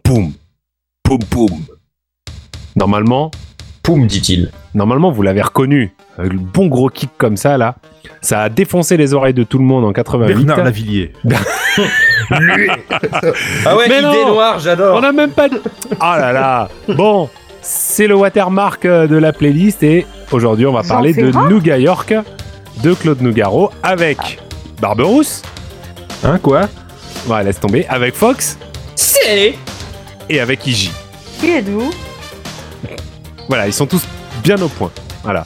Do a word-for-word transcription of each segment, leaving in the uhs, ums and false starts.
poum, poum, poum. Normalement, poum, dit-il. Normalement, vous l'avez reconnu. Le bon gros kick comme ça, là. Ça a défoncé les oreilles de tout le monde en quatre-vingt-huit. Bernard Lavilliers. Lui. Ah ouais, Mais idée non, noire, j'adore. On n'a même pas... De... Ah là là. Bon, c'est le watermark de la playlist et aujourd'hui, on va Jean parler de Ferrat Nougat York de Claude Nougaro avec Barberousse. Hein, quoi? Ouais, laisse tomber. Avec Fox. C'est... Et avec Iji. Qui êtes-vous? Voilà, ils sont tous bien au point. Voilà.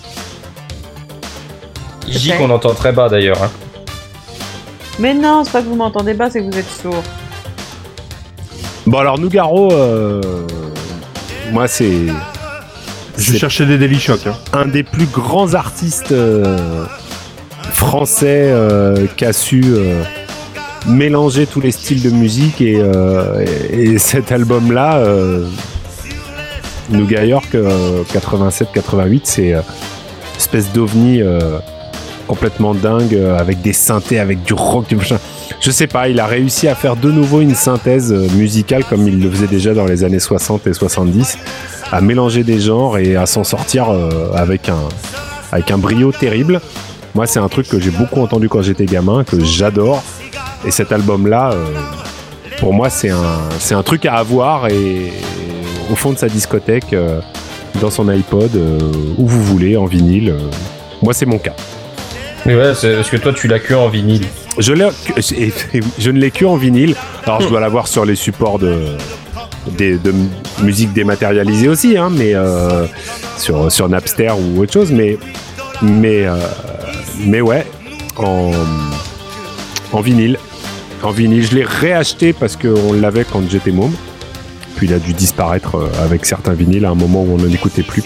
J qu'on entend très bas d'ailleurs. Hein. Mais non, c'est pas que vous m'entendez pas, c'est que vous êtes sourd. Bon alors Nougaro, euh... moi c'est... Je c'est cherchais des Daily Shock. Hein. un des plus grands artistes euh, français euh, qui a su euh, mélanger tous les styles de musique et, euh, et, et cet album-là, euh, Nougat York euh, quatre-vingt-sept quatre-vingt-huit, c'est euh, une espèce d'ovni euh, complètement dingue euh, avec des synthés, avec du rock, du machin. Je sais pas, il a réussi à faire de nouveau une synthèse euh, musicale comme il le faisait déjà dans les années soixante et soixante-dix, à mélanger des genres et à s'en sortir euh, avec un avec un brio terrible. Moi, c'est un truc que j'ai beaucoup entendu quand j'étais gamin, que j'adore. Et cet album-là, euh, pour moi, c'est un c'est un truc à avoir et, et au fond de sa discothèque, euh, dans son iPod, euh, où vous voulez, en vinyle. Euh, moi, c'est mon cas. Mais ouais, c'est parce que toi, tu l'as que en vinyle. Je, l'ai, je ne l'ai que en vinyle. Alors, je dois l'avoir sur les supports de, de, de musique dématérialisée aussi, hein, mais euh, sur, sur Napster ou autre chose. Mais, mais, euh, mais ouais, en, en vinyle. En vinyle. Je l'ai réacheté parce qu'on l'avait quand j'étais môme. Puis il a dû disparaître avec certains vinyles à un moment où on n'en écoutait plus.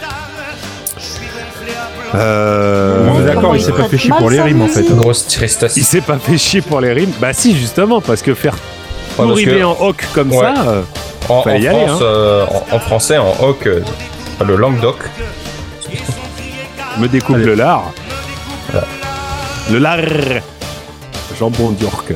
Euh... On est d'accord, il s'est pas fait chier pour les rimes en fait. Grosse tristesse. Il s'est pas fait chier pour les rimes. Bah si, justement, parce que faire tout Ouais, parce rimer que- en hoc comme Ouais. ça, euh, En, en, fallait y aller, France, hein. euh, en, en français, en hoc, euh, le Languedoc. me découpe Allez. le lard. Le lard. Jambon d'York.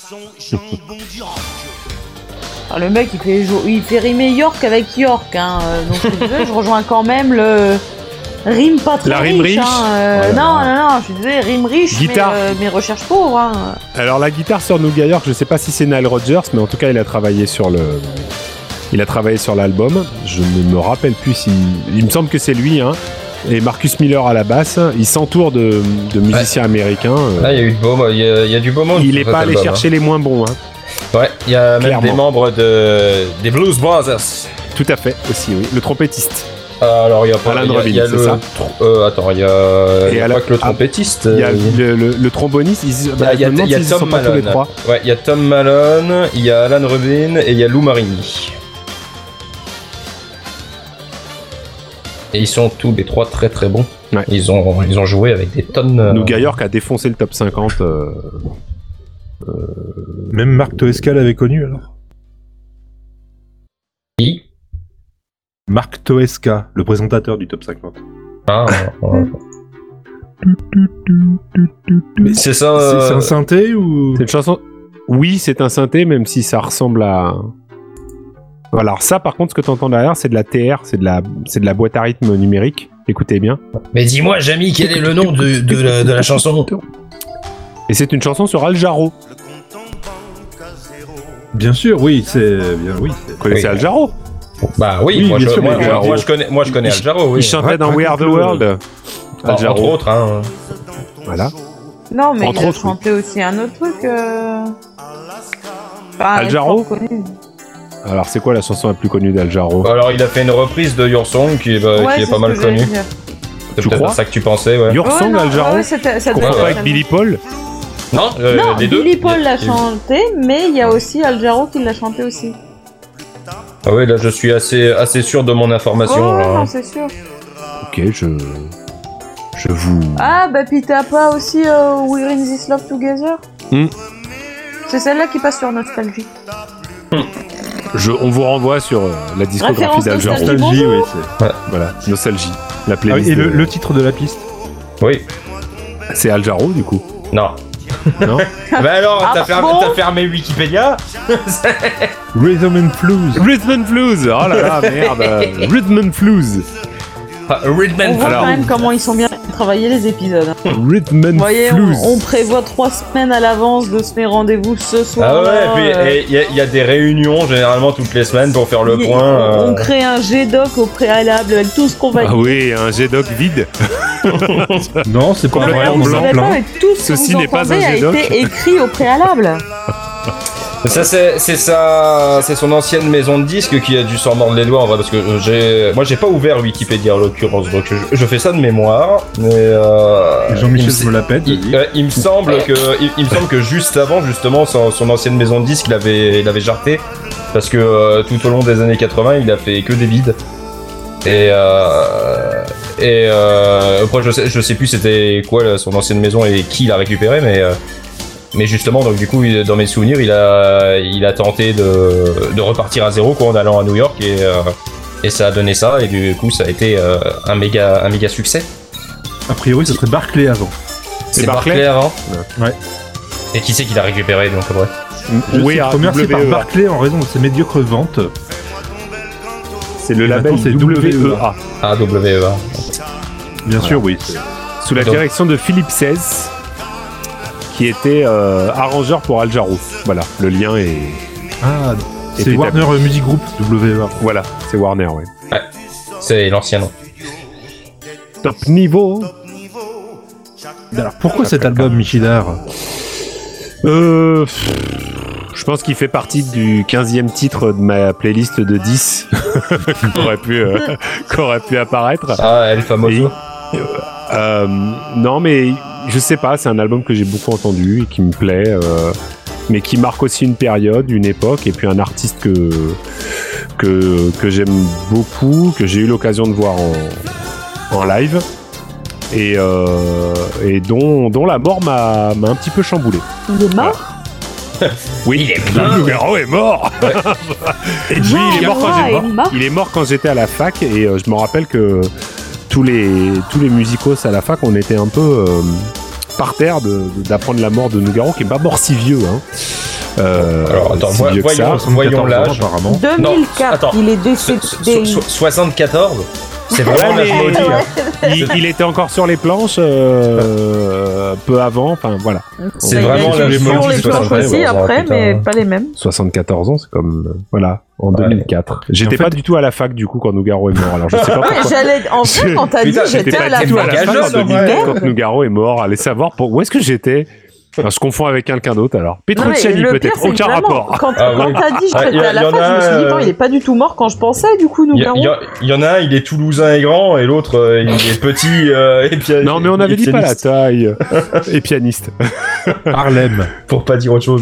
Ah, le mec, il fait, jo- il fait rimer York avec York, hein. euh, Donc, je, suis désolée, je rejoins quand même le rime pas très La rime riche. riche. Hein, euh, Oh là non, là. non, non, je suis désolée, rime riche, Guitare. mais, euh, mais recherche pauvre. Hein. Alors la guitare sur Nougat York, je sais pas si c'est Nile Rodgers, mais en tout cas il a travaillé sur le, il a travaillé sur l'album. Je ne me rappelle plus si, il me semble que c'est lui, hein. Et Marcus Miller à la basse. Il s'entoure de, de musiciens américains. euh. Là, il y a eu de beau, il y a, il y a du beau monde. il sur est cet pas allé album, chercher les moins bons, hein. hein. Ouais, il y a même Clairement. des membres de des Blues Brothers. Tout à fait aussi, oui. Le trompettiste. Euh, Alors il y a pas, Alan il y a, il y a Robbins, le, c'est ça tr- euh, attends, il y a, Et il y a à la- pas que le ah, trompettiste. Il y a euh, le, le, le tromboniste. Ils, il y a, bah, il y a- je me demande il y a s'ils sont Tom pas tous les Malone. trois. Ouais, il y a Tom Malone, il y a Alan Rubin et il y a Lou Marini. Et ils sont tous les trois très très bons. Ouais. Ils ont ils ont joué avec des tonnes. euh, Nougat York a défoncé le top cinquante. euh, Même Marc Toesca l'avait connu alors. qui Marc Toesca, le présentateur du top cinquante. Ah, ouais. Mais c'est ça. C'est c'est euh, un synthé ou C'est une chanson. Oui, c'est un synthé, même si ça ressemble à. Voilà, alors ça, par contre, ce que tu entends derrière, c'est de la T R, c'est de la, c'est de la boîte à rythme numérique. Écoutez bien. Mais dis-moi, Jamy, quel est le nom de, de, la, de la chanson? Et c'est une chanson sur Al Jarreau. Bien sûr, oui, c'est bien, oui. c'est- Vous connaissez Oui. Al Jarreau? Bah oui, Oui, moi, bien je, sûr, moi, mais moi, Jarreau. moi, je connais, moi je connais Il- Al Jarreau, oui. Il chantait Ouais, dans We Are the raconte-le. World. Al Enfin, entre Jarreau. autres, hein. Voilà. Non, mais Entre il a autres, chanté aussi un autre truc. Euh... Enfin, Al il est Jarreau fort connu. Alors, c'est quoi la chanson la plus connue d'Al Jarreau? Alors, il a fait une reprise de Your Song qui est, bah, Ouais, qui est c'est pas ce mal que j'allais connue. dire. C'est Tu peut-être crois à ça que tu pensais, ouais. Your Ouais, Song, non, Al Jarreau ouais, c'était- ça Qu'on doit comprend être pas avec ça. Billy Paul? Non, euh, Non, les deux. Billy Paul Il y a- l'a il y a- chanté, mais il y a aussi Al Jarreau qui l'a chanté aussi. Ah oui, là, je suis assez, assez sûr de mon information. Oh, là. non, c'est sûr. Ok, je. Je vous. Ah, bah puis t'as pas aussi euh, We're in this love together Hmm. C'est celle-là qui passe sur Nostalgie. Je, on vous renvoie sur euh, la discographie Référence d'Al Jarreau. nostalgie. Nostalgie, oui. Bonjour. c'est- Voilà, Nostalgie. La Ah oui, playlist. et le, de- le titre de la piste. Oui. C'est Al Jarreau, du coup. Non. Non. Bah alors, Ah t'as bah fermé, bon t'as fermé Wikipédia. Rhythm and Blues. Rhythm and Blues. Oh là là, merde. Rhythm and Blues. Ah, Rhythm On and voit Alors- quand même comment ils sont bien travaillés les épisodes. hein. Rhythm and Vous voyez, Blues. on, on prévoit trois semaines à l'avance de se faire rendez-vous ce soir. Ah ouais, et puis il y, a- y a des réunions généralement toutes les semaines pour faire le Il- point. On euh. crée un G-Doc au préalable avec tout ce qu'on va Ah oui, un G-Doc vide. Non, c'est pas Non, mais vrai, vous on en savez a pas, plein. mais tout ce que Ceci vous n'est pas entendez un a G-Doc. été écrit au préalable. Ça c'est c'est sa c'est son ancienne maison de disques qui a dû s'en mordre les doigts en vrai parce que j'ai moi j'ai pas ouvert Wikipédia en l'occurrence donc je, je fais ça de mémoire mais euh, Et Jean-Michel il me- me la pète. il, euh, il me semble que il, il me semble que juste avant justement son, son ancienne maison de disques il avait il avait jarté parce que euh, tout au long des années quatre-vingts il a fait que des vides et euh, et euh, après je sais je sais plus c'était quoi là, son ancienne maison et qui l'a récupéré mais euh, mais justement, donc du coup, il- dans mes souvenirs, il a, il a tenté de, de repartir à zéro quoi, en allant à New York et, euh, et ça a donné ça et du coup, ça a été euh, un méga, un méga succès. A priori, ce serait Barclay avant. C'est Barclay Barclay avant. Ouais. Et qui c'est qui l'a récupéré donc ouais. Je Oui, sais à remercié par W E A. Barclay en raison de ses médiocres ventes. C'est le Et label maintenant, c'est W E A. A W E A. Bien sûr, oui. c'est- Sous la Donc- direction de Philippe seize, qui était euh, arrangeur pour Al Jarreau. Voilà, le lien est. Ah, Et c'est t'es Warner Music Group, W E A. Voilà, c'est Warner, ouais. C'est l'ancien nom. Top niveau. Alors, pourquoi cet album, Michidar? Euh. pff, Je pense qu'il fait partie du quinzième titre de ma playlist de dix qu'aurait pu, euh, qu'aurait pu apparaître. Ah, El Famoso. Euh, non, mais je sais pas, c'est un album que j'ai beaucoup entendu et qui me plaît, euh, mais qui marque aussi une période, une époque, et puis un artiste que, que, que j'aime beaucoup, que j'ai eu l'occasion de voir en, en live, et, euh, et dont, dont la mort m'a, m'a un petit peu chamboulé. Il est mort. Oui, Il est mort. le Nougaro est mort. Et lui, il est mort quand Ouais, j'ai- il est mort. il est mort quand j'étais à la fac, et euh, je me rappelle que tous les tous les musicos à la fac, on était un peu euh, par terre de- de- d'apprendre la mort de Nougaro, qui est pas mort si vieux. Hein. Euh, Alors, attends, si voy- vieux que ça. voyons- voyons soixante-quatorze ans, l'âge. apparemment. deux mille quatre, attends. il est So- décédé. so- so- soixante-quatorze. C'est vraiment Ouais, l'âge mais- maudit. hein. il, il était encore sur les planches euh, peu avant, enfin voilà. C'est Il y a vraiment eu l'âge sur maudit, les planches soixante-treize, aussi ouais, après, putain. mais pas les mêmes. soixante-quatorze ans, c'est comme euh, voilà, en Ouais. deux mille quatre. J'étais En fait- pas du tout à la fac du coup quand Nougaro est mort. Alors je sais pas Ouais, pourquoi. j'allais. En fait, quand t'as dit, Putain, J'étais j'étais pas à la du tout à fin. la fac, fac en jeune, deux mille quatre ouais. quand Nougaro est mort. Allez savoir pour où est-ce que j'étais. Enfin, je confonds avec quelqu'un d'autre alors. Non, mais Petrucciani le pire, peut-être, c'est que aucun vraiment, rapport. Quand, Ah quand oui. t'as dit Ah, j'étais y a- à la y en fac, je me suis dit, a, non, il est pas du tout mort quand je pensais, du coup, Il y, a- Nougaro. il y a- il y en a un, il est toulousain et grand, et l'autre, euh, il est petit euh, et puis. Non mais on et avait dit pas la pianiste, taille. Et pianiste. Harlem. Pour pas dire autre chose.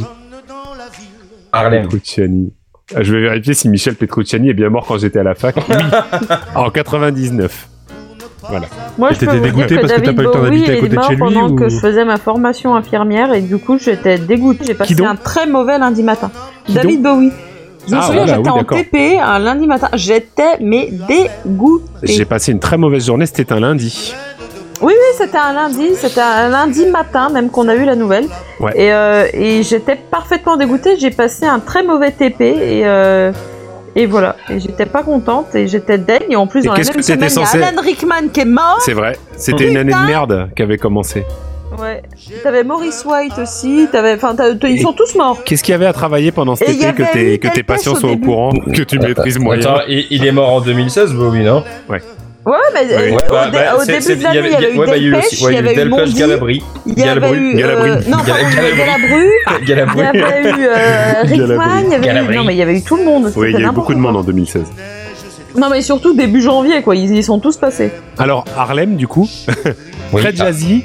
Harlem. Petrucciani. Ah, je vais vérifier si Michel Petrucciani est bien mort quand j'étais à la fac. Oui. En quatre-vingt-dix-neuf. Voilà. Moi, Et je peux t'étais vous dire dégoûté que parce que t'as David pas eu le temps Bowie d'habiter à est côté de mort chez lui, pendant ou- que je faisais ma formation infirmière et du coup, j'étais dégoûtée. J'ai passé donc un très mauvais lundi matin. Qui David Bowie. Je me Ah, souviens, voilà, j'étais oui, en d'accord. T P un lundi matin. J'étais, mais dégoûtée. J'ai passé une très mauvaise journée, c'était un lundi. Oui, oui, c'était un lundi, c'était un lundi matin même qu'on a eu la nouvelle. Ouais. Et, euh, et j'étais parfaitement dégoûtée. J'ai passé un très mauvais T P et, euh, et voilà. Et j'étais pas contente et j'étais deg. Et en plus, Et dans la qu'est-ce même que t'étais semaine, il censé- y a Alan Rickman qui est mort. C'est vrai. C'était une année de merde qui avait commencé. Ouais. T'avais Maurice White aussi. T'avais, enfin, t'as- t'as- ils Et- sont tous morts. Qu'est-ce qu'il y avait à travailler pendant cet Et il y été que avait tes, eu que tes Delpech patients au soient au début. courant, que tu maîtrises moyen. Attends, il, il est mort en deux mille seize, Bowie, non? Ouais, mais Oui. euh, Ouais, au, bah, dé- bah, au c'est- début c'est- de l'année, il y avait eu ouais, bah, il y a eu Delpech, aussi- ouais, il y avait eu Delpech, Mondi, Galabri. il y avait Galabru, eu... euh, Galabru. Non, pardon, il y avait Galabru. Galabru, il y Galabru. avait eu euh, Rickman, il y avait eu... Galabri. Non, mais il y avait eu tout le monde. Oui, c'était il y a eu n'importe beaucoup de quoi. monde en deux mille seize. Non, mais surtout début janvier, quoi. Ils y sont tous passés. Alors, Harlem, du coup, Oui, très ah, jazzy.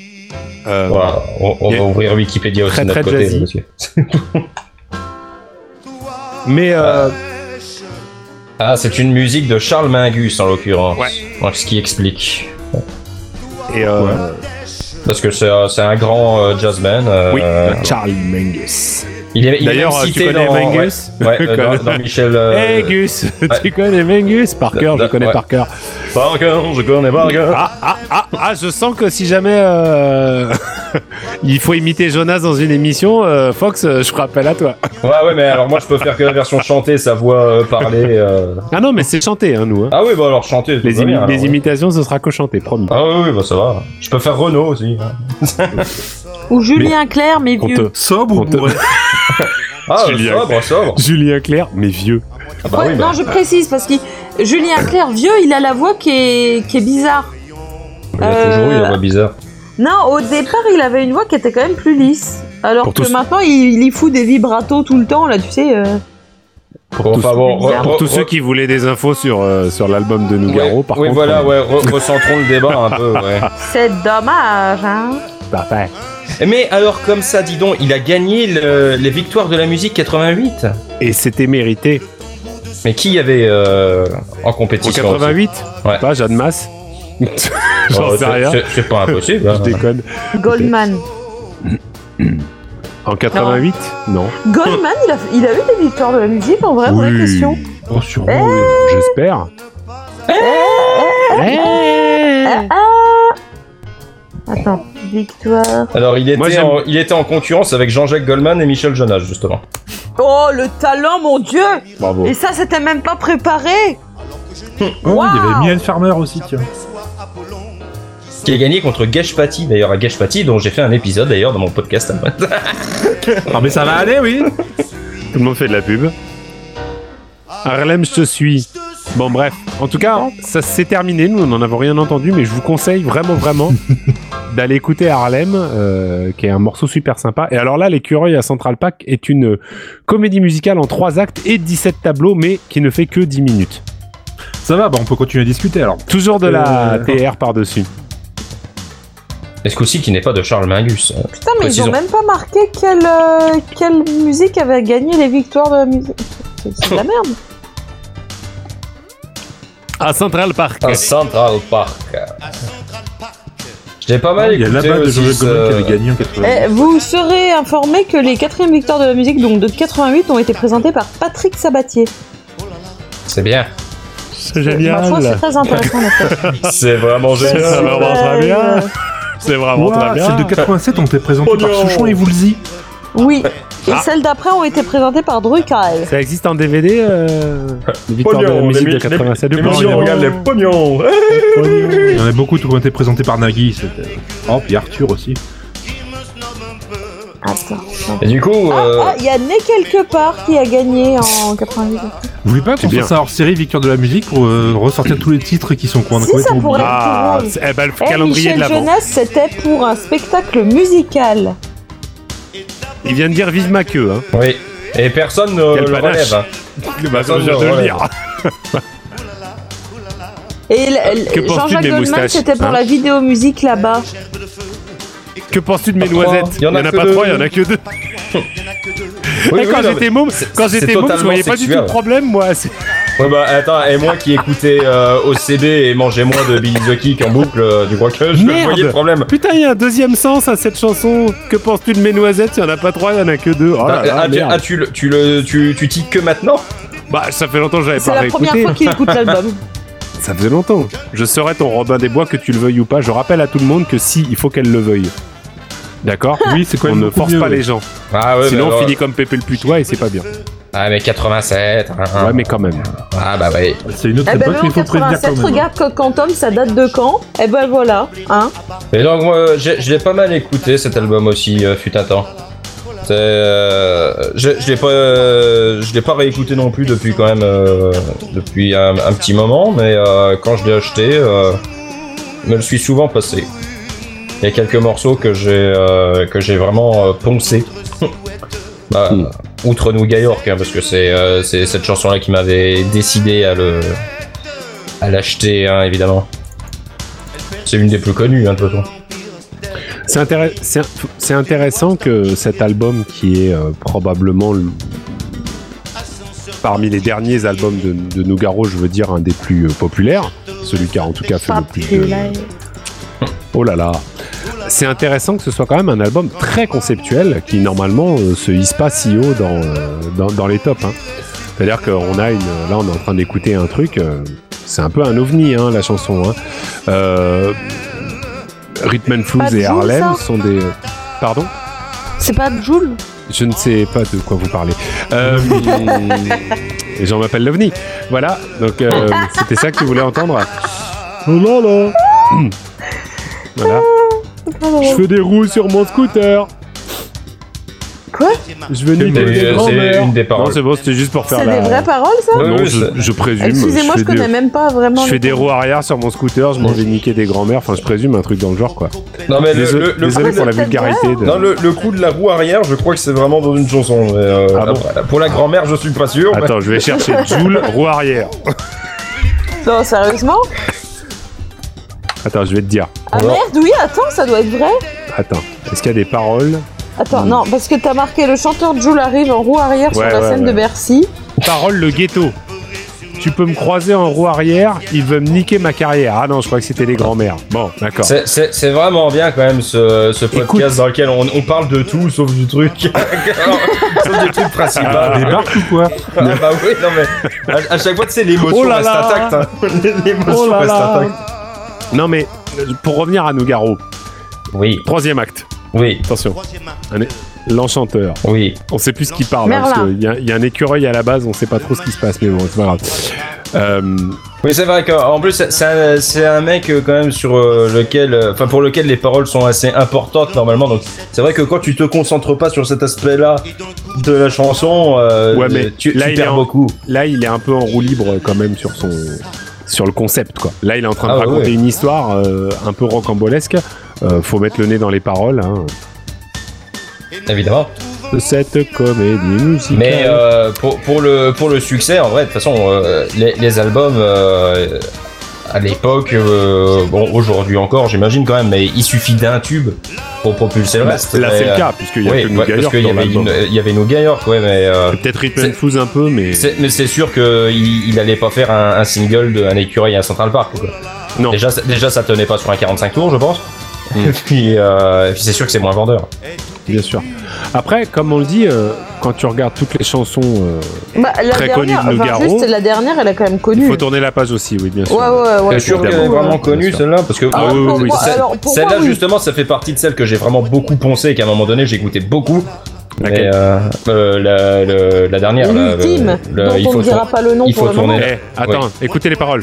Euh, voilà, on, on Il y va a- ouvrir Wikipédia aussi Très, de notre très côté, jazzy. monsieur. mais euh, Ah, c'est une musique de Charles Mingus en l'occurrence. Ouais. Donc, ce qui explique. et euh, Ouais. Parce que c'est un- c'est un grand euh, jazzman. euh, oui, euh, Charles Mingus. Il est, il est D'ailleurs, même tu cité connais dans, Mangus ouais, ouais, euh, dans, dans Michel. Euh, Hey Gus, ouais. tu connais Mangus par cœur, je Da- connais ouais. par cœur. Par cœur, je connais par cœur. Ah, ah, ah, ah, je sens que si jamais euh, il faut imiter Jonas dans une émission, euh, Fox, euh, je ferai appel à toi. Ouais, ouais, mais alors moi je peux faire que la version chantée, sa voix euh, parlée. Euh... Ah non, mais c'est chanté, hein, nous. Hein. Ah oui, bah alors chanter. Les, tout va imi- bien, alors, les ouais. imitations, ce sera que chanté, promis. Ah oui, oui, bah ça va. Je peux faire Renaud aussi. hein. Ou Julien Clerc, mais On vieux. te- Sobre On ou te- bourré? Ah, Julien sobre, sobre. Julien Clerc, mais vieux. Ah bah Ouais, oui, non, bah. je précise parce que Julien Clerc, vieux, il a la voix qui est, qui est bizarre. Il a toujours eu la voix bizarre. Non, au départ, il avait une voix qui était quand même plus lisse. Alors Pour que tous- maintenant, il, il y fout des vibratos tout le temps, là, tu sais. euh. Bon, enfin bon, bizarre. re- Pour re- tous re- ceux qui voulaient des infos sur, euh, sur l'album de Nougaro, Ouais, par oui, contre. voilà, euh, ouais, re- recentrons le débat un peu, ouais. C'est dommage, hein. Parfait. Mais alors, comme ça, dis donc, il a gagné le- les victoires de la musique quatre-vingt-huit. Et c'était mérité. Mais qui y avait euh, en En compétition quatre-vingt-huit Ouais. Pas Jeanne Masse. aussi J'en Oh, sais c'est- rien. c'est- C'est pas impossible. hein. Je déconne. Goldman. En quatre-vingt-huit Non. Goldman, il a, il a eu des victoires de la musique, en vrai, vraie Oui. question. Oh, sûrement, Eh, oui. J'espère. Eh, Eh. ah, ah. Attends, victoire. Alors, il était, Moi, j'aime- en, il était en concurrence avec Jean-Jacques Goldman et Michel Jonas, justement. Oh, le talent, mon Dieu! Bravo. Et ça, c'était même pas préparé! Oh, il y Waouh. avait Mylène Farmer aussi, tiens. Qui a gagné contre Geshpati, d'ailleurs, à Geshpati, dont j'ai fait un épisode, d'ailleurs, dans mon podcast. Ah, mais ça va aller, oui. Tout le monde fait de la pub. Harlem, je te suis. Bon, bref. En tout cas, ça s'est terminé. Nous, on n'en avons rien entendu, mais je vous conseille vraiment, vraiment d'aller écouter Harlem, euh, qui est un morceau super sympa. Et alors là, L'Écureuil à Central Park est une comédie musicale en trois actes et dix-sept tableaux, mais qui ne fait que dix minutes. Ça va, bah on peut continuer à discuter alors. Toujours de la Euh, T R par-dessus. Est-ce qu'aussi qui n'est pas de Charles Mingus hein. Putain, mais ils Précisons. ont même pas marqué quelle, euh, quelle musique avait gagné les victoires de la musique. C'est c'est de la merde. À Central Park. À Central Park. J'ai pas mal Il y a écouté là-bas de aussi Jean-Jacques Goldman ce- qui avait gagné en quatre-vingt-dix. Eh, vous serez informé que les quatrièmes victoires de la musique, donc de quatre-vingt-huit, ont été présentées par Patrick Sabatier. C'est bien. C'est Ma foi, c'est très intéressant, en fait. C'est vraiment C'est génial. vraiment très bien. Euh, C'est vraiment Ouah, très bien. celles de quatre-vingt-sept ont été présentées par Pognon. Souchon et Woolsey. Oui. Et Ah. celles d'après ont été présentées par Druckal. Ça existe en D V D, euh, les victoires de la musique de quatre-vingt-sept. Les Non, millions, il y a- regarde les pognons. Il y en a beaucoup qui ont été présentés par Nagui. C'était... Oh, puis Arthur aussi. Attends. attends. Et du coup, Ah, euh, ah, il y a Né quelque part qui a gagné en quatre-vingt-huit. Vous voulez pas qu'on bien. fasse ça hors série Victoire de la musique pour euh, ressortir tous les titres qui sont qu'on a Si, ça complètement pourrait- oubliés. Ah, drôle. c'est- eh ben, le Eh, calendrier de Michel l'avant. Jonas, c'était pour un spectacle musical. Il vient de dire vive ma queue. Hein. oui. Et personne ne Quel le panache. relève. hein. Bah, ça, je viens de le dire. Et l- l- Que penses-tu de Jean-Jacques mes Goldman, moustaches, c'était pour hein la vidéo musique là-bas. Que penses-tu de mes Trois. noisettes Il y en a a que pas deux. trois, il y en a que deux. Oui, Eh, oui, quand non, j'étais mais môme, c'est- quand c'est j'étais môme, je totalement voyais pas du tout sexuel. le problème, moi. C'est- Ouais bah attends, et moi qui écoutais euh, O C B et mangeais moins de Billy the Kick en boucle, euh, tu crois que je Merde. voyais le problème? Putain, il y a un deuxième sens à cette chanson. Que penses-tu de mes noisettes? Il y en a pas trois, il y en a que deux. Oh là Ah, là, ah, tu, merde. ah, tu le tu le tu tu tiques que maintenant? Bah, ça fait longtemps que j'avais C'est pas la première réécouté. fois qu'il écoute l'album. Ça faisait longtemps. Je serai ton Robin des Bois, que tu le veuilles ou pas. Je rappelle à tout le monde que si, il faut qu'elle le veuille. D'accord? Oui, c'est quand On même ne beaucoup force mieux, pas ouais. les gens. Ah ouais, Sinon, mais on alors- finit comme Pépé le putois et c'est pas bien. Ah mais quatre-vingt-sept. hein, hein. Ouais, mais quand même. Ah bah ouais. C'est une autre Eh ben, époque, mais mais en il faut le prévenir quand quatre-vingt-sept, même. regarde que Quantum, ça date de quand? Eh ben voilà, hein. Et donc moi j'ai- je l'ai pas mal écouté cet album aussi, euh, fut un temps. C'est, euh, je je l'ai pas euh, je l'ai pas réécouté non plus depuis quand même euh, depuis un, un petit moment, mais euh, quand je l'ai acheté, euh, je me le suis souvent passé. Il y a quelques morceaux que j'ai euh, que j'ai vraiment euh, poncé. Bah, Mm. outre New York, hein, parce que c'est euh, c'est cette chanson-là qui m'avait décidé à le à l'acheter, hein, évidemment. C'est une des plus connues, hein, de toute façon. C'est intér- c'est- c'est intéressant que cet album, qui est euh, probablement le- parmi les derniers albums de, de Nougaro, je veux dire un des plus euh, populaires, celui qui a en tout cas fait le plus de... Populaire. Oh là là. c'est intéressant que ce soit quand même un album très conceptuel qui normalement euh, se hisse pas si haut dans, euh, dans, dans les tops. Hein. C'est-à-dire qu'on a une, là on est en train d'écouter un truc, euh, c'est un peu un ovni hein, la chanson. Hein. Euh, Rhythm and Blues et Harlem ça sont des... Pardon ? C'est pas Jul ? Je ne sais pas de quoi vous parlez. Euh, et j'en m'appelle l'ovni. Voilà, donc euh, c'était ça que tu voulais entendre. Oh là là. Voilà. Je fais des roues sur mon scooter. Quoi ? Je veux niquer des grand-mères. une des paroles. Non, c'est bon, c'était juste pour faire C'est la... des vraies paroles, ça ? Non, Oui, je, c'est- je présume. Excusez-moi, je, fais connais des- même pas vraiment. Je les fais des paroles. roues arrière sur mon scooter, je m'en vais niquer des grand-mères. Enfin, je présume un truc dans le genre, quoi. Non mais le, Désolé, le, le désolé coup pour la c'est peut-être vulgarité. De... Non, le, le coup de la roue arrière, je crois que c'est vraiment dans une chanson. Mais, euh, Ah bon après, pour la grand-mère, je suis pas sûr. mais- Attends, je vais chercher Joule, roue arrière. Non, sérieusement ? Attends, je vais te dire. Ah Non. merde, oui, attends, ça doit être vrai. Attends, est-ce qu'il y a des paroles ? Attends, non, parce que t'as marqué le chanteur Jul arrive en roue arrière Ouais, sur la ouais, scène ouais. de Bercy. Parole le ghetto. Tu peux me croiser en roue arrière, il veut me niquer ma carrière. Ah non, je crois que c'était les grands-mères. Bon, d'accord. C'est- C'est c'est vraiment bien quand même ce, ce podcast Écoute. dans lequel on, on parle de tout sauf du truc. Sauf du truc principal. Ah, débarque ou quoi? Ah bah oui, non mais à, à chaque fois, tu sais, l'émotion Oh là reste là. intacte. Hein. L'émotion Oh là reste là. intacte. Non mais, euh, pour revenir à Nougaro, Oui, troisième acte. oui, Attention. Un é- L'enchanteur. oui. On sait plus ce qu'il parle, hein, Merlin. parce qu'il y, a- il y a un écureuil à la base, on sait pas trop ce qui se passe, mais bon, c'est pas grave. Euh, Oui, c'est vrai qu'en plus, c'est un, c'est un mec euh, quand même sur euh, lequel, euh, enfin pour lequel les paroles sont assez importantes normalement. Donc c'est vrai que quand tu te concentres pas sur cet aspect-là de la chanson, euh, Ouais, mais tu, là, tu il est perds en- beaucoup. là, il est un peu en roue libre quand même sur son, sur le concept, quoi. Là, il est en train de Ah, raconter ouais. une histoire euh, un peu rocambolesque. Euh, faut mettre le nez dans les paroles, hein, Évidemment. de cette comédie musicale. Mais euh, pour, pour, le, pour le succès, en vrai, de toute façon, euh, les, les albums euh, à l'époque, euh, bon, aujourd'hui encore, j'imagine quand même, mais il suffit d'un tube pour propulser le Bah, reste. là, Mais, c'est le euh, cas, puisqu'il y a oui, que ouais, New parce York qu'il y dans avait, l'album. une- il y avait New York, ouais, mais. euh, Peut-être Rhythm c'est- and Blues un peu, mais c'est- mais c'est sûr qu'il il allait pas faire un, un single de un écureuil à Central Park. Quoi. non. Déjà, ça- déjà, ça tenait pas sur un quarante-cinq tours, je pense. Mm. Et puis, euh, et puis c'est sûr que c'est moins vendeur. Bien sûr. Après, comme on le dit, euh, quand tu regardes toutes les chansons, euh, Bah, la Très dernière, connu de enfin, Nougaro. juste la dernière, elle a quand même il connu. faut tourner la page aussi, oui, bien sûr. Ouais, ouais, ouais. T'es sûr pour qu'elle le est coup, vraiment ouais. connue bien sûr. celle-là parce que Ah moi, oui, oui, pour oui. moi- celle- alors, pour celle-là moi, oui. justement, ça fait partie de celles que j'ai vraiment beaucoup poncé et qu'à un moment donné j'écoutais beaucoup. Mais Laquelle euh, euh, la, le- la dernière, là, L'ultime, le- le- dont il on faut ne dira tourner- pas le nom il pour faut le tourner. moment. Eh, attends, écoutez les paroles.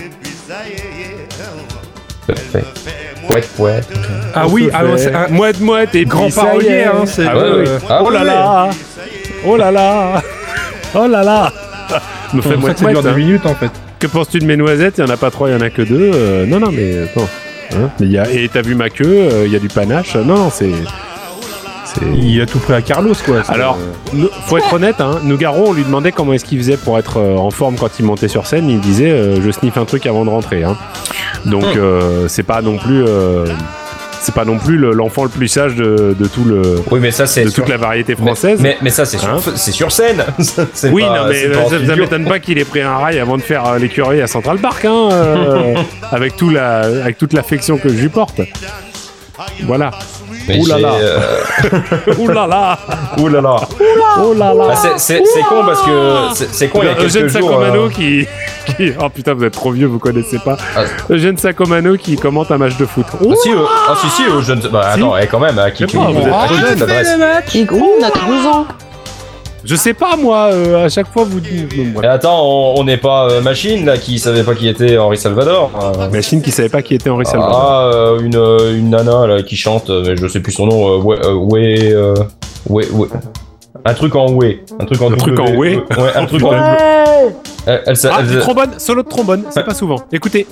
Ouais, ouais. Ah oui, ah, non, c'est un Mouette, mouette, et grand puis ça y parolier, est. hein, c'est Ah ouais, oui, ouais. oui. Ah Oh oui, là oui. là. Oh là là. Oh là là. Me fait en fait, mouette, ça dure mouette. deux hein. minutes en fait. Que penses-tu de mes noisettes? Il y en a pas trois, il y en a que deux. Euh, non, non, mais attends. Hein, mais il y a, et t'as vu ma queue, euh, il y a du panache. Non, non, c'est. c'est- Il a tout pris à Carlos quoi. c'est, Alors, euh, nous- faut être honnête, hein, Nougaro, on lui demandait comment est-ce qu'il faisait pour être euh, en forme quand il montait sur scène. Il disait euh, je sniffe un truc avant de rentrer. Hein. Donc, Hmm. euh, c'est pas non plus. euh, c'est pas non plus le- l'enfant le plus sage de, de tout le, Oui, mais ça c'est de sur... toute la variété mais, française. mais, mais ça c'est sur, Hein c'est sur scène. Ça, c'est oui, pas- non, mais c'est pas en ça, ça studio. m'étonne pas qu'il ait pris un rail avant de faire euh, l'écureuil à Central Park, hein, euh, avec, tout la, avec toute l'affection que je lui porte. Voilà. Mais Ouh là j'ai, là. euh, Ouh là là. Ouh là là. Oh là là. Ah, c'est- c'est c'est con parce que c'est c'est con il y a quelques Eugène jours. Sacomano euh, qui, qui- Oh putain, vous êtes trop vieux, vous connaissez pas. Ah. Eugène Sacomano qui commente un match de foot. Ah si, euh, ah si si, euh, je ne sais- bah Si. attends, eh, quand même, à qui Je tu sais pas, vous êtes à trop qui tu jeune. t'adresses. Il est gros, on a douze ans. Je sais pas, moi, euh, à chaque fois vous dites. Bon, bref. Et attends, on on n'est pas euh, Machine là qui savait pas qui était Henri Salvador. euh, Machine qui savait pas qui était Henri Salvador. Ah, euh, une, euh, une nana là qui chante, euh, mais je sais plus son nom. Euh, ouais, euh, ouais, euh, ouais, ouais. Un truc en ouais, un truc en Un truc W. en ouais. Ouais, un truc en. Ouais. Elle, elle, s'a- Ah, elle- du trombone, solo de trombone, c'est pas souvent. Écoutez,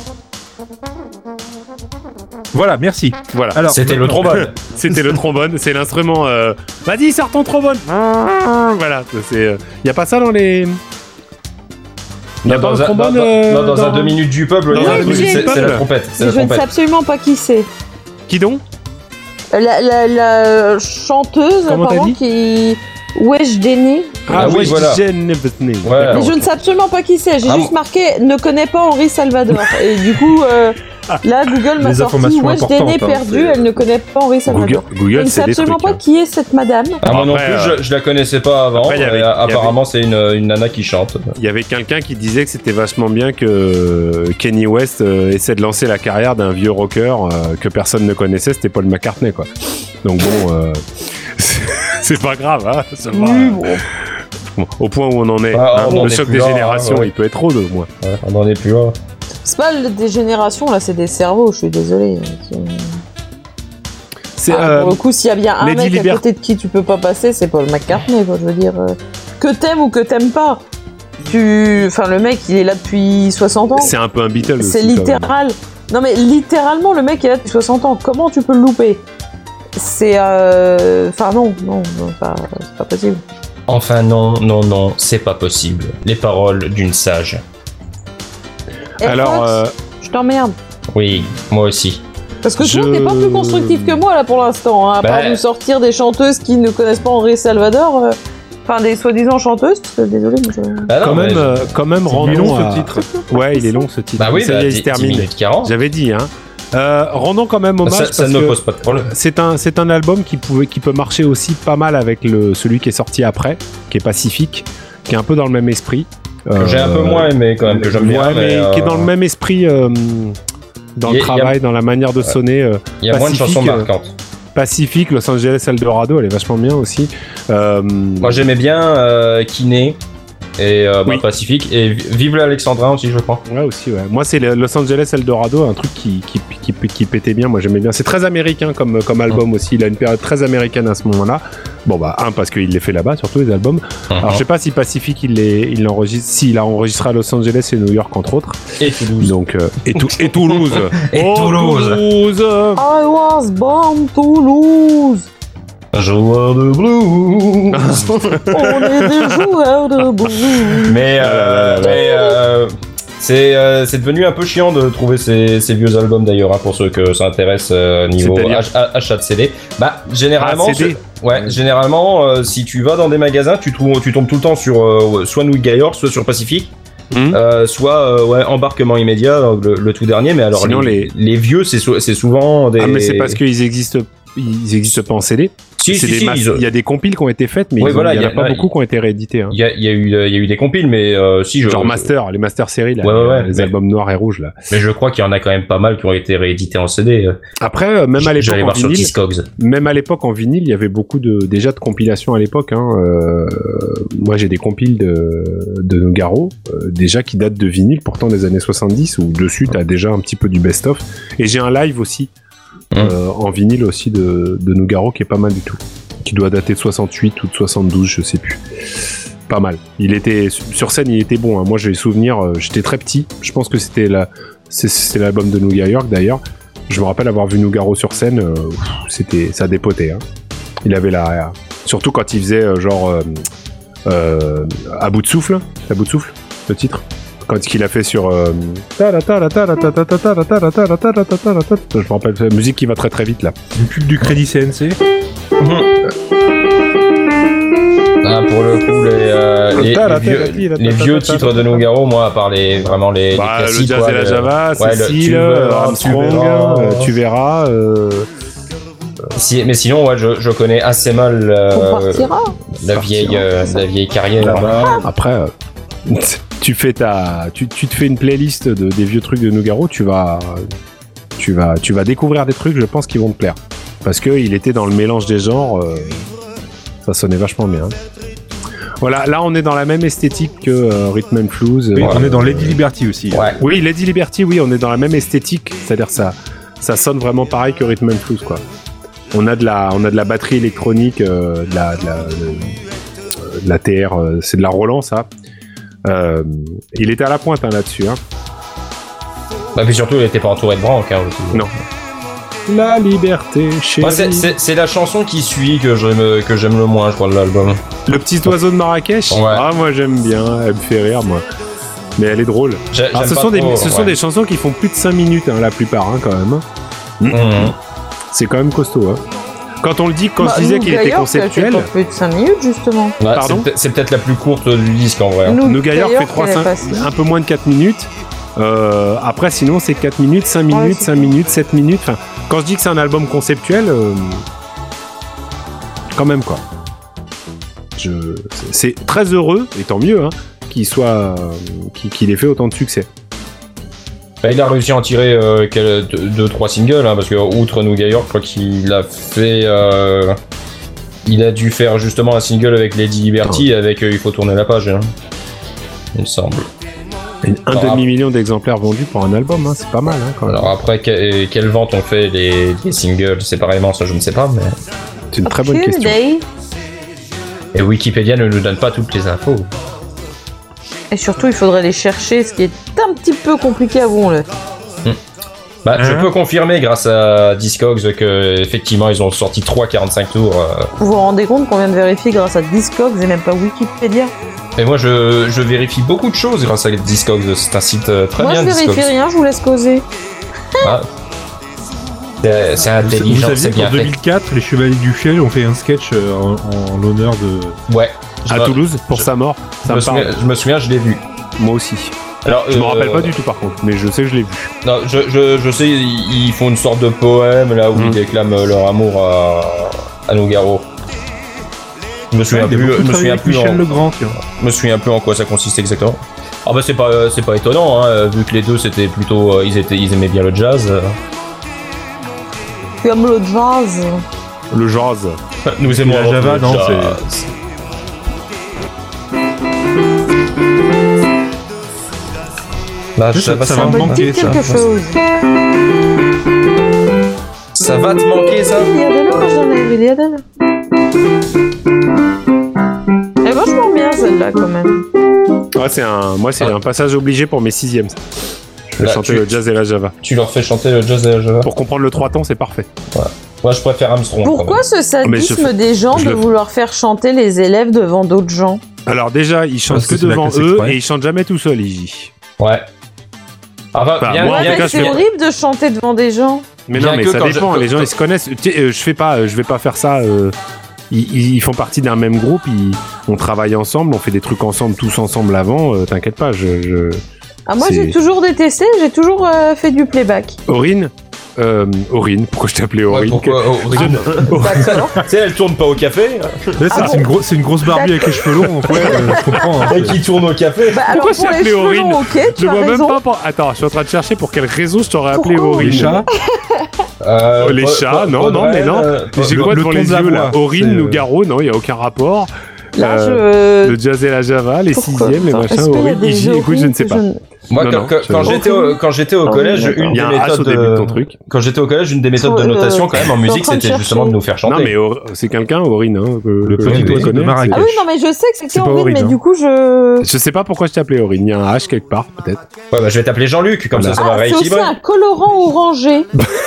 Voilà, merci. voilà. Alors, C'était le trombone. C'était le trombone, c'est l'instrument. euh, Vas-y, sors ton trombone. Voilà, c'est. Il y a pas ça dans les. Il y a Non, pas dans un un, trombone. dans, euh, dans, dans un dans- deux minutes du peuple, Dans il y a un un deux truc, minutes c'est du c'est la peuple. trompette. C'est Je la ne sais trompette. absolument pas qui c'est. Qui donc? La, la, la chanteuse, Comment t'as apparemment, dit qui, Weshdenny. Ah, Ah oui, oui, voilà. Weshdenny. Ouais. Mais je ne sais absolument pas qui c'est. J'ai Ah, juste bon. marqué ne connaît pas Henri Salvador. Et du coup, euh, là, Google m'a Les sorti informations Weshdenny importantes, hein, perdu. c'est- Elle ne connaît pas Henri Salvador. Google, Google je ne sais c'est des absolument trucs. pas hein. qui est cette madame. Ah, moi non Après, plus, euh, je, je la connaissais pas avant. après, il y avait- et, il y avait- apparemment, c'est une, une nana qui chante. Il y avait quelqu'un qui disait que c'était vachement bien que Kanye West euh, essaie de lancer la carrière d'un vieux rocker euh, que personne ne connaissait, c'était Paul McCartney, quoi. Donc bon, euh, c'est pas grave, hein, ça va. Oui, bon. Bon, au point où on en est, Ah, hein, on en le est choc plus des là, générations, ouais. il peut être trop de moi. Ouais, on en est plus là. C'est pas le- des générations, là, c'est des cerveaux. Je suis désolée. C'est Ah, euh, pour le coup, s'il y a bien un Lady mec Liber- à côté de qui tu peux pas passer, c'est Paul McCartney, quoi. Je veux dire, euh, que t'aimes ou que t'aimes pas. Tu, enfin, le mec, il est là depuis soixante ans. c'est un peu un Beatle. C'est aussi, quand même. littéral. Non mais littéralement, le mec est là depuis soixante ans. Comment tu peux le louper? C'est, euh... enfin non, non, non, pas- c'est pas possible. Enfin, non, non, non, c'est pas possible. Les paroles d'une sage. Et Alors, Fox, euh, je t'emmerde. Oui, moi aussi. Parce que je- toi, t'es pas plus constructif que moi là pour l'instant, hein, à part Bah. nous sortir des chanteuses qui ne connaissent pas Henri Salvador. euh, Enfin, des soi-disant chanteuses, parce que, désolé, mais je... Ah non, quand mais même, je- euh, quand même, Il est rendons long à- ce titre. Ouais, il est long ce titre. Bah oui, ça bah, y est, il se dix termine. minutes quarante. J'avais dit, hein. Euh, rendons quand même hommage Ça, ça parce ne me que pose pas de problème. c'est un, c'est un album qui, pouvait, qui peut marcher aussi pas mal avec le, celui qui est sorti après, qui est Pacifique, qui est un peu dans le même esprit. Que j'ai un peu moins aimé quand même, que j'aime bien. Ouais, mais, euh, qui est dans le même esprit, euh, dans Y le a- travail, y a- dans la manière de sonner. euh, Il y a moins de Pacifique, chansons euh, marquantes. Pacifique, Los Angeles, Eldorado, elle est vachement bien aussi. Euh, Moi j'aimais bien euh, Kiné et euh, bah, Oui. Pacifique et Vi- Vive l'Alexandrin aussi, je crois. Ouais, aussi, ouais. Moi, c'est le Los Angeles Eldorado, un truc qui, qui, qui, qui pétait bien. Moi, j'aimais bien. C'est très américain comme, comme album aussi. Il a une période très américaine à ce moment-là. Bon, bah, un, parce qu'il les fait là-bas, surtout les albums. Alors, je sais pas si Pacific, il les, il l'enregistre, s'il a enregistré à Los Angeles et New York, entre autres. Et Toulouse. Donc, euh, et, Tou- et Toulouse. Et Oh, Toulouse. Toulouse. I was born Toulouse. Joueur de blues. On est des joueurs de blues. mais euh, mais euh, c'est euh, c'est devenu un peu chiant de trouver ces, ces vieux albums d'ailleurs, hein, pour ceux que ça intéresse euh, niveau C'est-à-dire ach- achat de C D. Bah généralement, Ah, C D. ce- ouais, généralement euh, si tu vas dans des magasins, tu trouves, tu tombes tout le temps sur euh, soit New York, soit sur Pacifique. Hmm. Euh, soit euh, ouais, embarquement immédiat, donc le, le tout dernier, mais alors Sinon, les, les- les vieux c'est sou- c'est souvent des. Ah, mais c'est parce qu'ils existent, ils existent pas en C D. si, C'est si, des si, masses- ils- Il y a des compiles qui ont été faites, mais Oui, ils ont- voilà, il y en il a y a- pas ouais, beaucoup qui ont été réédités. Hein. il y a, il y a eu il y a eu des compiles, mais euh, si je Genre Master, les Master séries, là, Ouais, ouais, ouais, les mais- albums noirs et rouges là. mais je crois qu'il y en a quand même pas mal qui ont été réédités en C D. Après, euh, même à l'époque J'allais en voir sur vinyle, Discogs. même à l'époque en vinyle, il y avait beaucoup de déjà de compilations à l'époque. Hein. Euh, moi, j'ai des compiles de de Nogaro euh, déjà qui datent de vinyle, pourtant des années soixante-dix, où dessus t'as déjà un petit peu du best-of. Et j'ai un live aussi euh, en vinyle aussi de de Nogaro qui est pas mal du tout, qui doit dater de soixante-huit ou de soixante-douze, je sais plus. Pas mal. Il était sur scène, il était bon. Hein. Moi, j'ai les souvenirs. euh, J'étais très petit. Je pense que c'était la, c'est, c'est l'album de New York d'ailleurs. Je me rappelle avoir vu Nougaro sur scène. euh, pff, c'était, ça dépotait. Hein. Il avait la, surtout quand il faisait euh, genre euh, euh, à bout de souffle, à bout de souffle, le titre. Quand il a fait sur. euh, je me rappelle, la musique qui va très très vite là. Une pub du Crédit C N C. Ah, pour le coup, les, euh, les, les vieux, les vieux titres de Nogaro, moi, à part les, vraiment les, les Bah, le classiques. jazz quoi, et la le- Java, ouais, le Cécile, Tu verras, Armstrong, tu verras. euh, tu verras. euh, Si, mais sinon, ouais, je, je connais assez mal On euh, partira. la vieille, euh, la vieille carrière. Là-bas. Après, euh, tu fais ta, tu, tu te fais une playlist de, des vieux trucs de Nougaro, tu vas, tu vas, tu vas découvrir des trucs, je pense, qui vont te plaire, parce que il était dans le mélange des genres, euh, ça sonnait vachement bien. Voilà, là on est dans la même esthétique que euh, Rhythm and Blues. Oui, euh, on est dans Lady Liberty aussi. Ouais. Oui, Lady Liberty, oui, on est dans la même esthétique, c'est-à-dire ça, ça sonne vraiment pareil que Rhythm and Blues, quoi. On a de la, on a de la batterie électronique, euh, de la, de la, de, de la T R, euh, c'est de la Roland, ça. Euh, il était à la pointe hein, là-dessus. Hein. Bah, puis surtout, il était pas entouré de branques. Hein, aussi. Non. La liberté, chérie. Moi, c'est, c'est, c'est la chanson qui suit que j'aime, que j'aime le moins, je crois, de l'album. Le petit oiseau de Marrakech. Ouais. Ah, moi j'aime bien, elle me fait rire, moi. Mais elle est drôle. J'ai, Alors, j'aime ce pas sont, des, trop, ce sont ouais. des chansons qui font plus de cinq minutes, hein, la plupart, hein, quand même. Mhm. C'est quand même costaud. Hein. Quand on le dit, quand Bah, je disais nous, qu'il était Gaillard, conceptuel, ça fait pas plus de cinq minutes, justement. Ouais, c'est Pardon peut- c'est peut-être la plus courte du disque en vrai. hein. Nous, Nous Gaillard Gaillard, fait trois, qu'elle est cinq, facile. un peu moins de quatre minutes. Euh, après, sinon, c'est quatre minutes, cinq Ouais, minutes, c'est cinq ça. minutes, sept minutes. Enfin, quand je dis que c'est un album conceptuel, euh, quand même, quoi. Je, c'est c'est très heureux, et tant mieux, hein, qu'il soit, euh, qu'il, qu'il ait fait autant de succès. Bah, il a réussi à en tirer euh, quel- deux, deux, trois singles, hein, parce que outre New York, je crois qu'il a fait. euh, il a dû faire justement un single avec Lady Liberty, avec euh, Il faut tourner la page, hein, il me semble. Et un Alors, demi-million d'exemplaires vendus pour un album, hein, c'est pas mal, hein, quand même. Alors après, que- quelle vente ont fait les, les singles séparément, ça je ne sais pas, mais. C'est une très bonne Aucune question. idée. Et Wikipédia ne nous donne pas toutes les infos. Et surtout, il faudrait les chercher, ce qui est un petit peu compliqué, avouons-le. Bah, je Hein peux confirmer grâce à Discogs que effectivement ils ont sorti trois quarante-cinq tours. euh, Vous vous rendez compte qu'on vient de vérifier grâce à Discogs et même pas Wikipédia? Et moi je, je vérifie beaucoup de choses grâce à Discogs. C'est un site euh, très Moi, bien je vérifie Discogs. rien, je vous laisse causer. Ah. C'est c'est Vous, vous intelligent, saviez c'est bien qu'en fait. deux mille quatre, les Chevaliers du Fiel ont fait un sketch euh, en, en l'honneur de. Ouais. Je À me- Toulouse, pour je- sa mort, Je ça me, me parle. souviens, je me souviens, je l'ai vu. Moi aussi. Alors, Je me euh, rappelle pas du tout, par contre, mais je sais que je l'ai vu. Non, je, je, je sais, ils ils font une sorte de poème là où Mm. ils déclament leur amour à, à Nougaro. Je me souviens Ouais, il a plus, beaucoup je me travaillé souviens avec plus, Michel en, Legrand, tiens. je me souviens plus en quoi ça consiste exactement. Ah bah c'est pas, c'est pas étonnant, hein, vu que les deux c'était plutôt, euh, ils étaient, ils aimaient bien le jazz. euh. Comme le jazz. Le jazz. Nous aimons la avant Java, le non, jazz. Bah, Ça- ça, va, ça ça, va me va, manquer, Dites ça. quelque chose. ça va te manquer ça. Il y a de l'orge dans les il y a de l'orge. Elle est vachement bien celle-là quand même. Ouais, c'est un, moi, c'est Ah. un passage obligé pour mes sixièmes. Je vais Là, chanter tu- le jazz et la java. Tu leur fais chanter le jazz et la Java. Pour comprendre le trois temps, c'est parfait. Moi je préfère Armstrong. quand Pourquoi même. ce mais je sadisme fais- des gens je de le fais. vouloir faire chanter les élèves devant d'autres gens? Alors déjà, ils chantent Parce que que c'est la devant classe eux exprès. et ils chantent jamais tout seuls, Iji. Ouais. Enfin, Bah, bien, moi, en bien tout que cas, je C'est fais- horrible de chanter devant des gens. Mais Bien non, mais que ça quand dépend. je- Les gens, quand- ils se connaissent. Tu sais, euh, je fais pas, je vais pas faire ça. euh, ils, ils font partie d'un même groupe. Ils, on travaille ensemble, on fait des trucs ensemble, tous ensemble avant. euh, T'inquiète pas. Je, je... Ah, moi C'est- j'ai toujours détesté, j'ai toujours euh, fait du playback. Aurine, euh, Aurine. Pourquoi je t'appelais Ouais, Aurine pourquoi oh, Aurine D'accord. Tu sais, elle tourne pas au café. Là, c'est Ah c'est bon une, gros- c'est une grosse barbue avec les cheveux longs, donc ouais, euh, je comprends. hein. Et qui tourne au café. Bah, alors Pourquoi je pour t'ai les appelé cheveux Aurine longs, ok, tu Je as vois même raison. pas. pour- Attends, je suis en train de chercher pour quelle raison je t'aurais appelé Pourquoi Aurine. Les chats. Euh, Oh, les Aud- chats, Aud- non, non, Audrey, mais non. euh, J'ai le- quoi le devant ton les de la yeux là voix, Aurine, c'est, euh, Nougaro, non, il y a aucun rapport. Là, Euh, je. Le jazz et la java, les Pourquoi sixièmes, les Enfin, machins, est-ce qu'il y a Aurine, des Iji, écoute, je ne sais que pas. Moi, Non, quand, non, quand- je- quand j'étais au, quand j'étais au Ah oui, collège, d'accord. une Il y des a un H méthodes au début de de ton truc. quand j'étais au collège, une des méthodes de Euh, notation quand même en je suis en musique, train de c'était justement chercher. de nous faire chanter. Non, mais Aur- c'est quelqu'un, Aurine, hein, que, Le que petit je oiseau connais, de Marrakech. Ah oui, non, mais je sais que c'est C'est que pas Aurine, Aurine, mais hein. du coup, je. Je sais pas pourquoi je t'appelais Aurine. Il y a un H quelque part, peut-être. Ouais, bah je vais t'appeler Jean-Luc, comme Voilà. ça ça va Ah, c'est aussi rééquilibrer. un colorant orangé.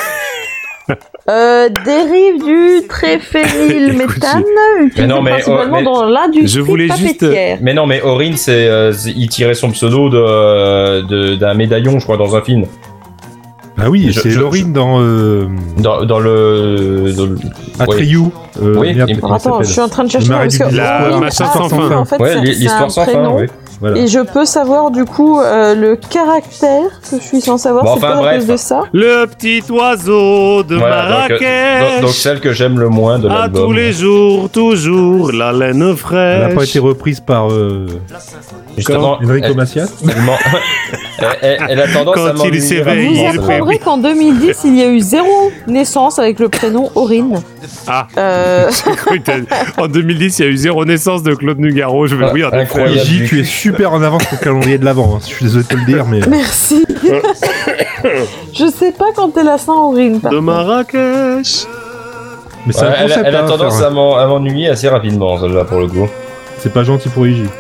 Euh, dérive du tréphénylméthane, utilisé Mais non, mais, principalement oh, mais- dans l'industrie Je voulais juste- papetière. Mais non, mais Aurine, c'est euh, c'est- il tirait son pseudo de de- d'un médaillon, je crois, dans un film. Ah oui, Je- c'est je- Laurine dans euh, Dans, dans le. Dans le... Atreyu. Euh, Oui, merde, il- comment Attends, ça je suis s'appelle en train de chercher Le marais parce du que désespoir. Aurine, La machin ah, sans c'est- fin. En fait, Ouais, c'est- l'hi- c'est l'histoire un sans fin, prénom. oui. Voilà. Et je peux savoir du coup euh, le caractère que je suis censé avoir, Bon, c'est enfin, pas à bref. cause de ça. Le petit oiseau de Voilà, donc, euh, Marrakech. donc, donc celle que j'aime le moins de à l'album. tous les jours, toujours, la laine Elle n'a fraîche. pas été reprise par euh, Justement, Enrico elle, Macias. elle, m'en- elle- elle- elle a tendance Quand à il m'ennuyer s'éveille, Vous il rapidement, fait- apprendrez qu'en deux mille dix, il y a eu zéro naissance avec le prénom Aurine. Ah. Euh, Oui, t'as- en deux mille dix, il y a eu zéro naissance de Claude Nougaro. Je vais Ah, oui, en effet. incroyable. J, tu es super en avance pour le calendrier de l'avant. Hein. Je suis désolé de te le dire, mais merci. Je sais pas quand est la Saint-Aurine. par De contre. Marrakech. mais c'est Ouais, un elle, concept. elle a hein, tendance faire, à m'en- à m'ennuyer assez rapidement, celle-là, pour le coup. C'est pas gentil pour Iji.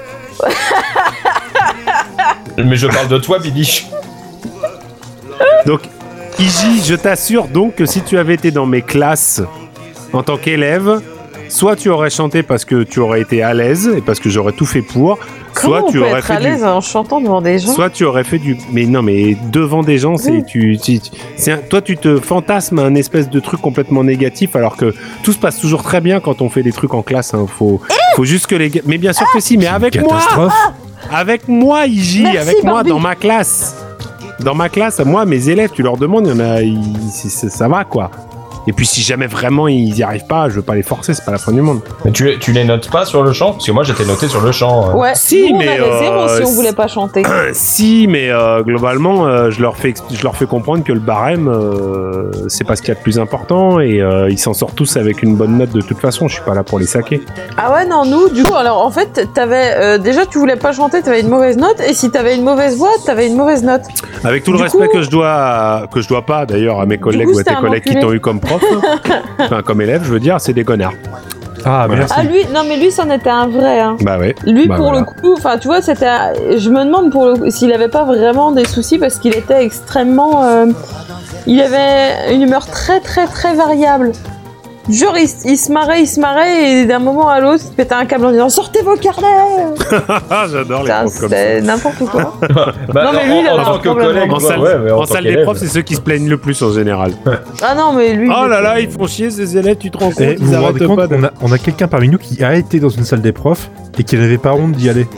Mais je parle de toi, Bibiche. Donc, Iji, je t'assure donc que si tu avais été dans mes classes en tant qu'élève, soit tu aurais chanté parce que tu aurais été à l'aise et parce que j'aurais tout fait pour, soit Comment tu on peut aurais être fait à l'aise du... en chantant devant des gens. Soit tu aurais fait du... Mais non, mais devant des gens, c'est... Oui. Tu, tu, tu- c'est un- Toi, tu te fantasmes un espèce de truc complètement négatif, alors que tout se passe toujours très bien quand on fait des trucs en classe. Hein. Faut, faut juste que les gars... Mais bien sûr que si, mais avec moi Catastrophe. Avec moi, Iji, Merci, avec moi, Barbie. dans ma classe. Dans ma classe, moi, mes élèves, tu leur demandes, il y en a... ils- c'est- ça va, quoi. Et puis si jamais vraiment ils y arrivent pas, je veux pas les forcer, c'est pas la fin du monde. Mais tu, les- tu les notes pas sur le chant? Parce que moi j'étais noté sur le chant. euh. Ouais, Si, nous, on mais, avait zéro euh, si on c'est- voulait pas chanter. Si, mais euh, globalement, euh, je leur fais ex- je leur fais comprendre que le barème, euh, c'est pas ce qu'il y a de plus important et euh, ils s'en sortent tous avec une bonne note de toute façon. Je suis pas là pour les saquer. Ah ouais, non, nous, du coup, alors en fait, t'avais. euh, déjà, tu voulais pas chanter, t'avais une mauvaise note, et si t'avais une mauvaise voix, t'avais une mauvaise note. Avec tout le Du respect coup- que je dois à- que je dois pas d'ailleurs à mes collègues coup, ou à tes c'était un collègues qui enculé. t'ont eu comme prof, enfin comme élève, je veux dire, c'est des connards. Ah, Voilà. merci. Ah, lui, non, mais lui, c'en était un vrai, hein. Bah ouais. Lui, Bah pour voilà. le coup, enfin, tu vois, c'était. un- Je me demande pour le... s'il avait pas vraiment des soucis parce qu'il était extrêmement. euh, Il avait une humeur très, très, très variable. Genre, il, s- il se marrait, il se marrait, et d'un moment à l'autre, il se pétait un câble en disant sortez vos carnets. Ah, j'adore les Putain, profs comme ça. c'est n'importe quoi. Bah, Non, mais lui, il en, avait en un tant que problème. collègue, En ouais, salle, ouais, mais en, en tant salle des qu'élève. profs, c'est ceux qui se plaignent le plus en général. Ah non, mais lui. Oh il là était- là, ils font chier ces élèves, tu te rends compte, Eh, vous ils vous rendez arrêtent compte pas de... qu'on a, on a quelqu'un parmi nous qui a été dans une salle des profs et qui n'avait pas honte d'y aller.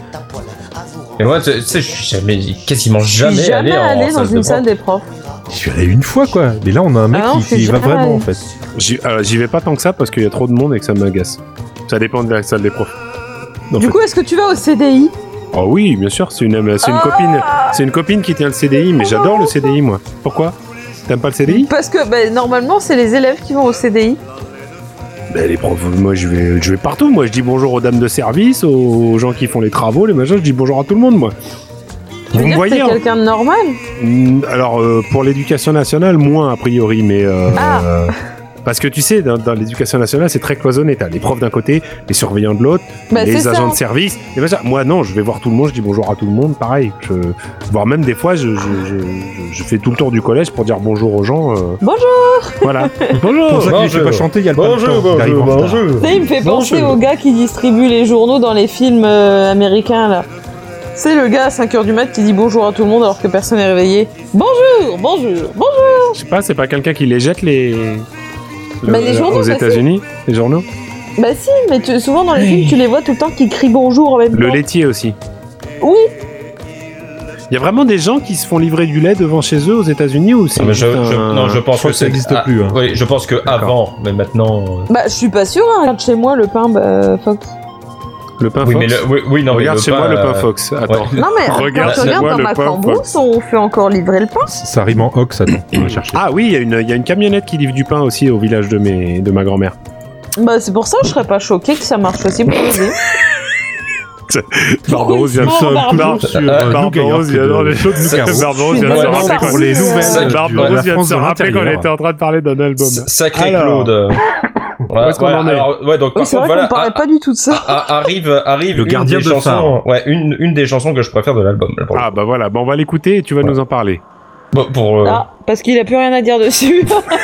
Et moi, tu sais, je suis jamais, quasiment Je suis jamais, jamais allé, en allé dans salle de une salle prof. des profs. Je suis allé une fois, quoi. Mais là, on a un mec Ah non, qui, je suis qui y va jamais vraiment, allé. en fait. J'y euh, j'y vais pas tant que ça parce qu'il y a trop de monde et que ça m'agace. Ça dépend de la salle des profs. En Du fait. coup, est-ce que tu vas au C D I? Oh oui, bien sûr, c'est une, c'est une Ah copine, c'est une copine qui tient le C D I, mais j'adore le C D I moi. Pourquoi? T'aimes pas le C D I? Parce que ben, normalement, c'est les élèves qui vont au C D I. Ben les profs, moi je vais, je vais partout. Moi je dis bonjour aux dames de service, aux gens qui font les travaux, les machins. Je dis bonjour à tout le monde moi. Tu veux Vous me dire que voyez? t'es hein quelqu'un de normal? Mm, Alors euh, pour l'éducation nationale, moins a priori, mais euh, Ah. euh, parce que tu sais, dans, dans l'éducation nationale, c'est très cloisonné. T'as les profs d'un côté, les surveillants de l'autre, Bah, les c'est agents ça. de service. Et ben ça, moi non, je vais voir tout le monde, je dis bonjour à tout le monde, pareil. Je, voire même des fois, je, je, je, je fais tout le tour du collège pour dire bonjour aux gens. euh, Bonjour. Voilà. C'est pour Bonjour. ça qu'il ne fait pas chanter, il y a le pas de Bonjour, temps. Il arrive en bonjour, retard. bonjour. Tu sais, il me fait penser Bonjour. au gars qui distribue les journaux dans les films euh, américains, là. C'est le gars à cinq heures du mat qui dit bonjour à tout le monde alors que personne n'est réveillé. Bonjour, bonjour, bonjour. Je sais pas, c'est pas quelqu'un qui les jette les. le- Bah, les journaux, aux ça, États-Unis, les journaux. Bah si, mais tu- souvent dans les films, tu les vois tout le temps qui crient bonjour en même Le temps. laitier aussi. Oui, Il y a vraiment des gens qui se font livrer du lait devant chez eux aux États-unis ou c'est Non, mais je, juste je- un- non, je pense je crois que que ça c'est- existe ah, plus, hein. Oui, je pense que avant, mais maintenant. euh, bah je suis pas sûre, hein. Regarde chez moi le pain, bah Fox. le pain Oui, Fox. mais le, oui, oui, non, mais Regarde le chez pain, moi le pain euh, Fox. Attends. ouais. Non mais Regarde, quand tu c'est regardes moi dans le ma pain cambrousse, Fox. on fait encore livrer le pain. Ça rime en Ox, attends, on va chercher. Ah oui, il y, a une- il y a une camionnette qui livre du pain aussi au village de, mes, de ma grand-mère. Bah c'est pour ça que je serais pas choquée que ça marche aussi pour les Barbaros vient de Franchement, se Barbaros. Toujours sur Euh, euh, Barbaros Nougat, vient hein, dans les que choses. de- Ça- Barbaros je vient suis de se vraiment rappeler partie, qu'on les euh, nouvelles ça- du- Barbaros de la vient de France se de rappeler qu'on l'intérieur. était en train de parler d'un album. S- Sacré Alors. Claude. euh. Ouais, est-ce qu'on ouais, en est alors, ouais, donc Oui, par c'est contre, vrai voilà, qu'on parlait a- pas du tout de ça. a- arrive, arrive Le une gardien des de chansons, phare. ouais, une, une des chansons que je préfère de l'album. là, pour le Ah bah voilà, bah on va l'écouter et tu vas Ouais. nous en parler. Bon, pour, euh, Ah, parce qu'il a plus rien à dire dessus.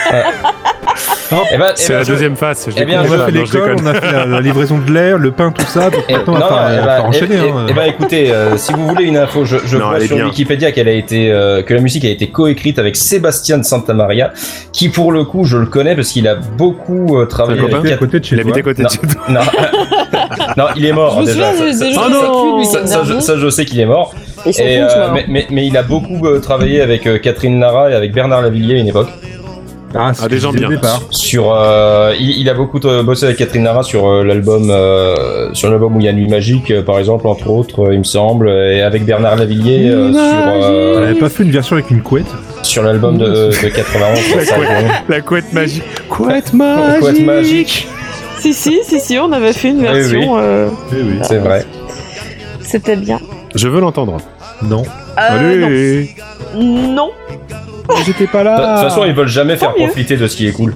eh ben, eh C'est ben, la je- deuxième phase. je Eh bien, déconne On pas, a fait non, je l'école, déconne. on a fait la, la livraison de l'air, le pain, tout ça. Donc Eh, maintenant, on non, va faire, non, on eh va ben, faire enchaîner. eh, hein. eh ben, écoutez, euh, si vous voulez une info, je, je Non, vois elle est sur bien. Wikipédia qu'elle a été, euh, que la musique a été coécrite avec Sébastien de Santamaria, qui pour le coup, je le connais parce qu'il a beaucoup euh, travaillé C'est un avec copain à Cat- côté de chez Il habite toi. à côté de Non. chez toi. Non, non, il est mort Je me déjà. souviens Ça, des ça- gens non, avec lui le ça, week-end ça, je, dernier. ça, je sais qu'il est mort. Ils sont Et, tous euh, morts. mais, mais, mais il a beaucoup euh, travaillé avec euh, Catherine Lara et avec Bernard Lavillier à une époque. Ah, c'est Ah, des gens dès le bien. départ. Sur, euh, il, il a beaucoup euh, bossé avec Catherine Lara sur euh, l'album, euh, sur l'album où il y a Nuit Magique, euh, par exemple, entre autres, euh, il me semble, et avec Bernard Lavillier euh, Nuit sur, Elle euh, avait pas fait une version avec une couette. sur l'album de, de quatre-vingt-onze. sur La ça, couette. ouais. La couette magique. Couette magique. Couette magique, Si, si, si, si, on avait fait une Oui, version. oui. euh, Oui, oui. c'est vrai. C'était bien. Je veux l'entendre. Non. Euh, Allez. non. non. J'étais pas De là. toute façon, ils veulent jamais faire Tant mieux. profiter de ce qui est cool.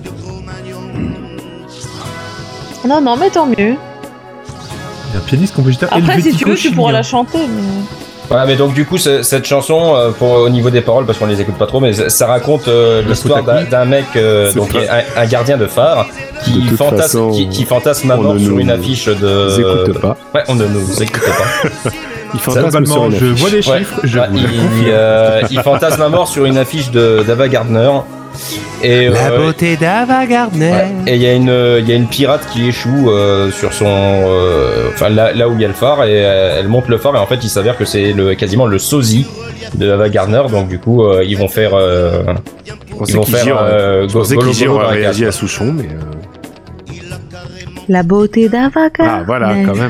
Non, non, mais tant mieux. Il y a un pianiste, compositeur. Après, si tu Helvético veux, tu pourras chilien. la chanter. Mais... Voilà, mais donc du coup, ce- cette chanson, euh, pour, au niveau des paroles, parce qu'on les écoute pas trop, mais ça ça raconte euh, La l'histoire faute à d'un qui d'un mec, euh, C'est donc pas- un, un gardien de phare, qui De toute fantasme, façon, qui, qui fantasme à on mort ne sur nous une affiche Ils de. écoutent pas. Ouais, on ne nous écoute pas. Il fantasme sur Globalement, une je affiche. vois les Ouais. chiffres, je Ouais, vous le il, confirme. euh, il fantasme à mort sur une affiche de d'Ava Gardner. Et La euh, beauté d'Ava Gardner. ouais. Et il y a une il y a une pirate qui échoue euh, sur son euh, enfin là, là où il y a le phare et euh, elle monte le phare et en fait il s'avère que c'est le quasiment le sosie de Ava Gardner, donc du coup euh, ils vont faire euh, Je ils pensais vont qu'il faire gire, euh, je pensais Golo qu'il gire Golo dans aurait la réagi cage. à Souchon, mais... euh, La beauté d'Avaca. Ah, voilà, quand même.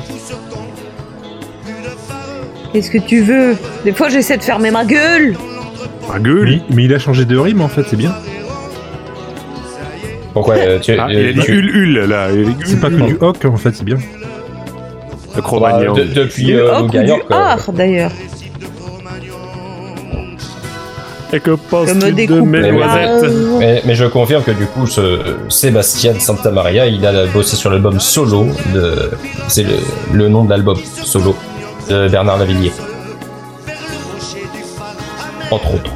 Qu'est-ce que tu veux? Des fois, j'essaie de fermer ma gueule. Ma gueule. Mais, mais il a changé de rime en fait, c'est bien. Pourquoi euh, tu, Ah, euh, il a dit tu- hul hul, là. Il a dit C'est pas que du hoc en fait, c'est bien. Le bah, Cro-Magnon. de- depuis Du euh, hoc New ou du York, euh, art, d'ailleurs. Et que penses-tu Comme de découpe mes Mais- noisettes? Mais, mais je confirme que du coup, ce Sébastien Santamaria, il a bossé sur l'album solo de. C'est le, le nom de l'album solo de Bernard Lavillier. Entre autres.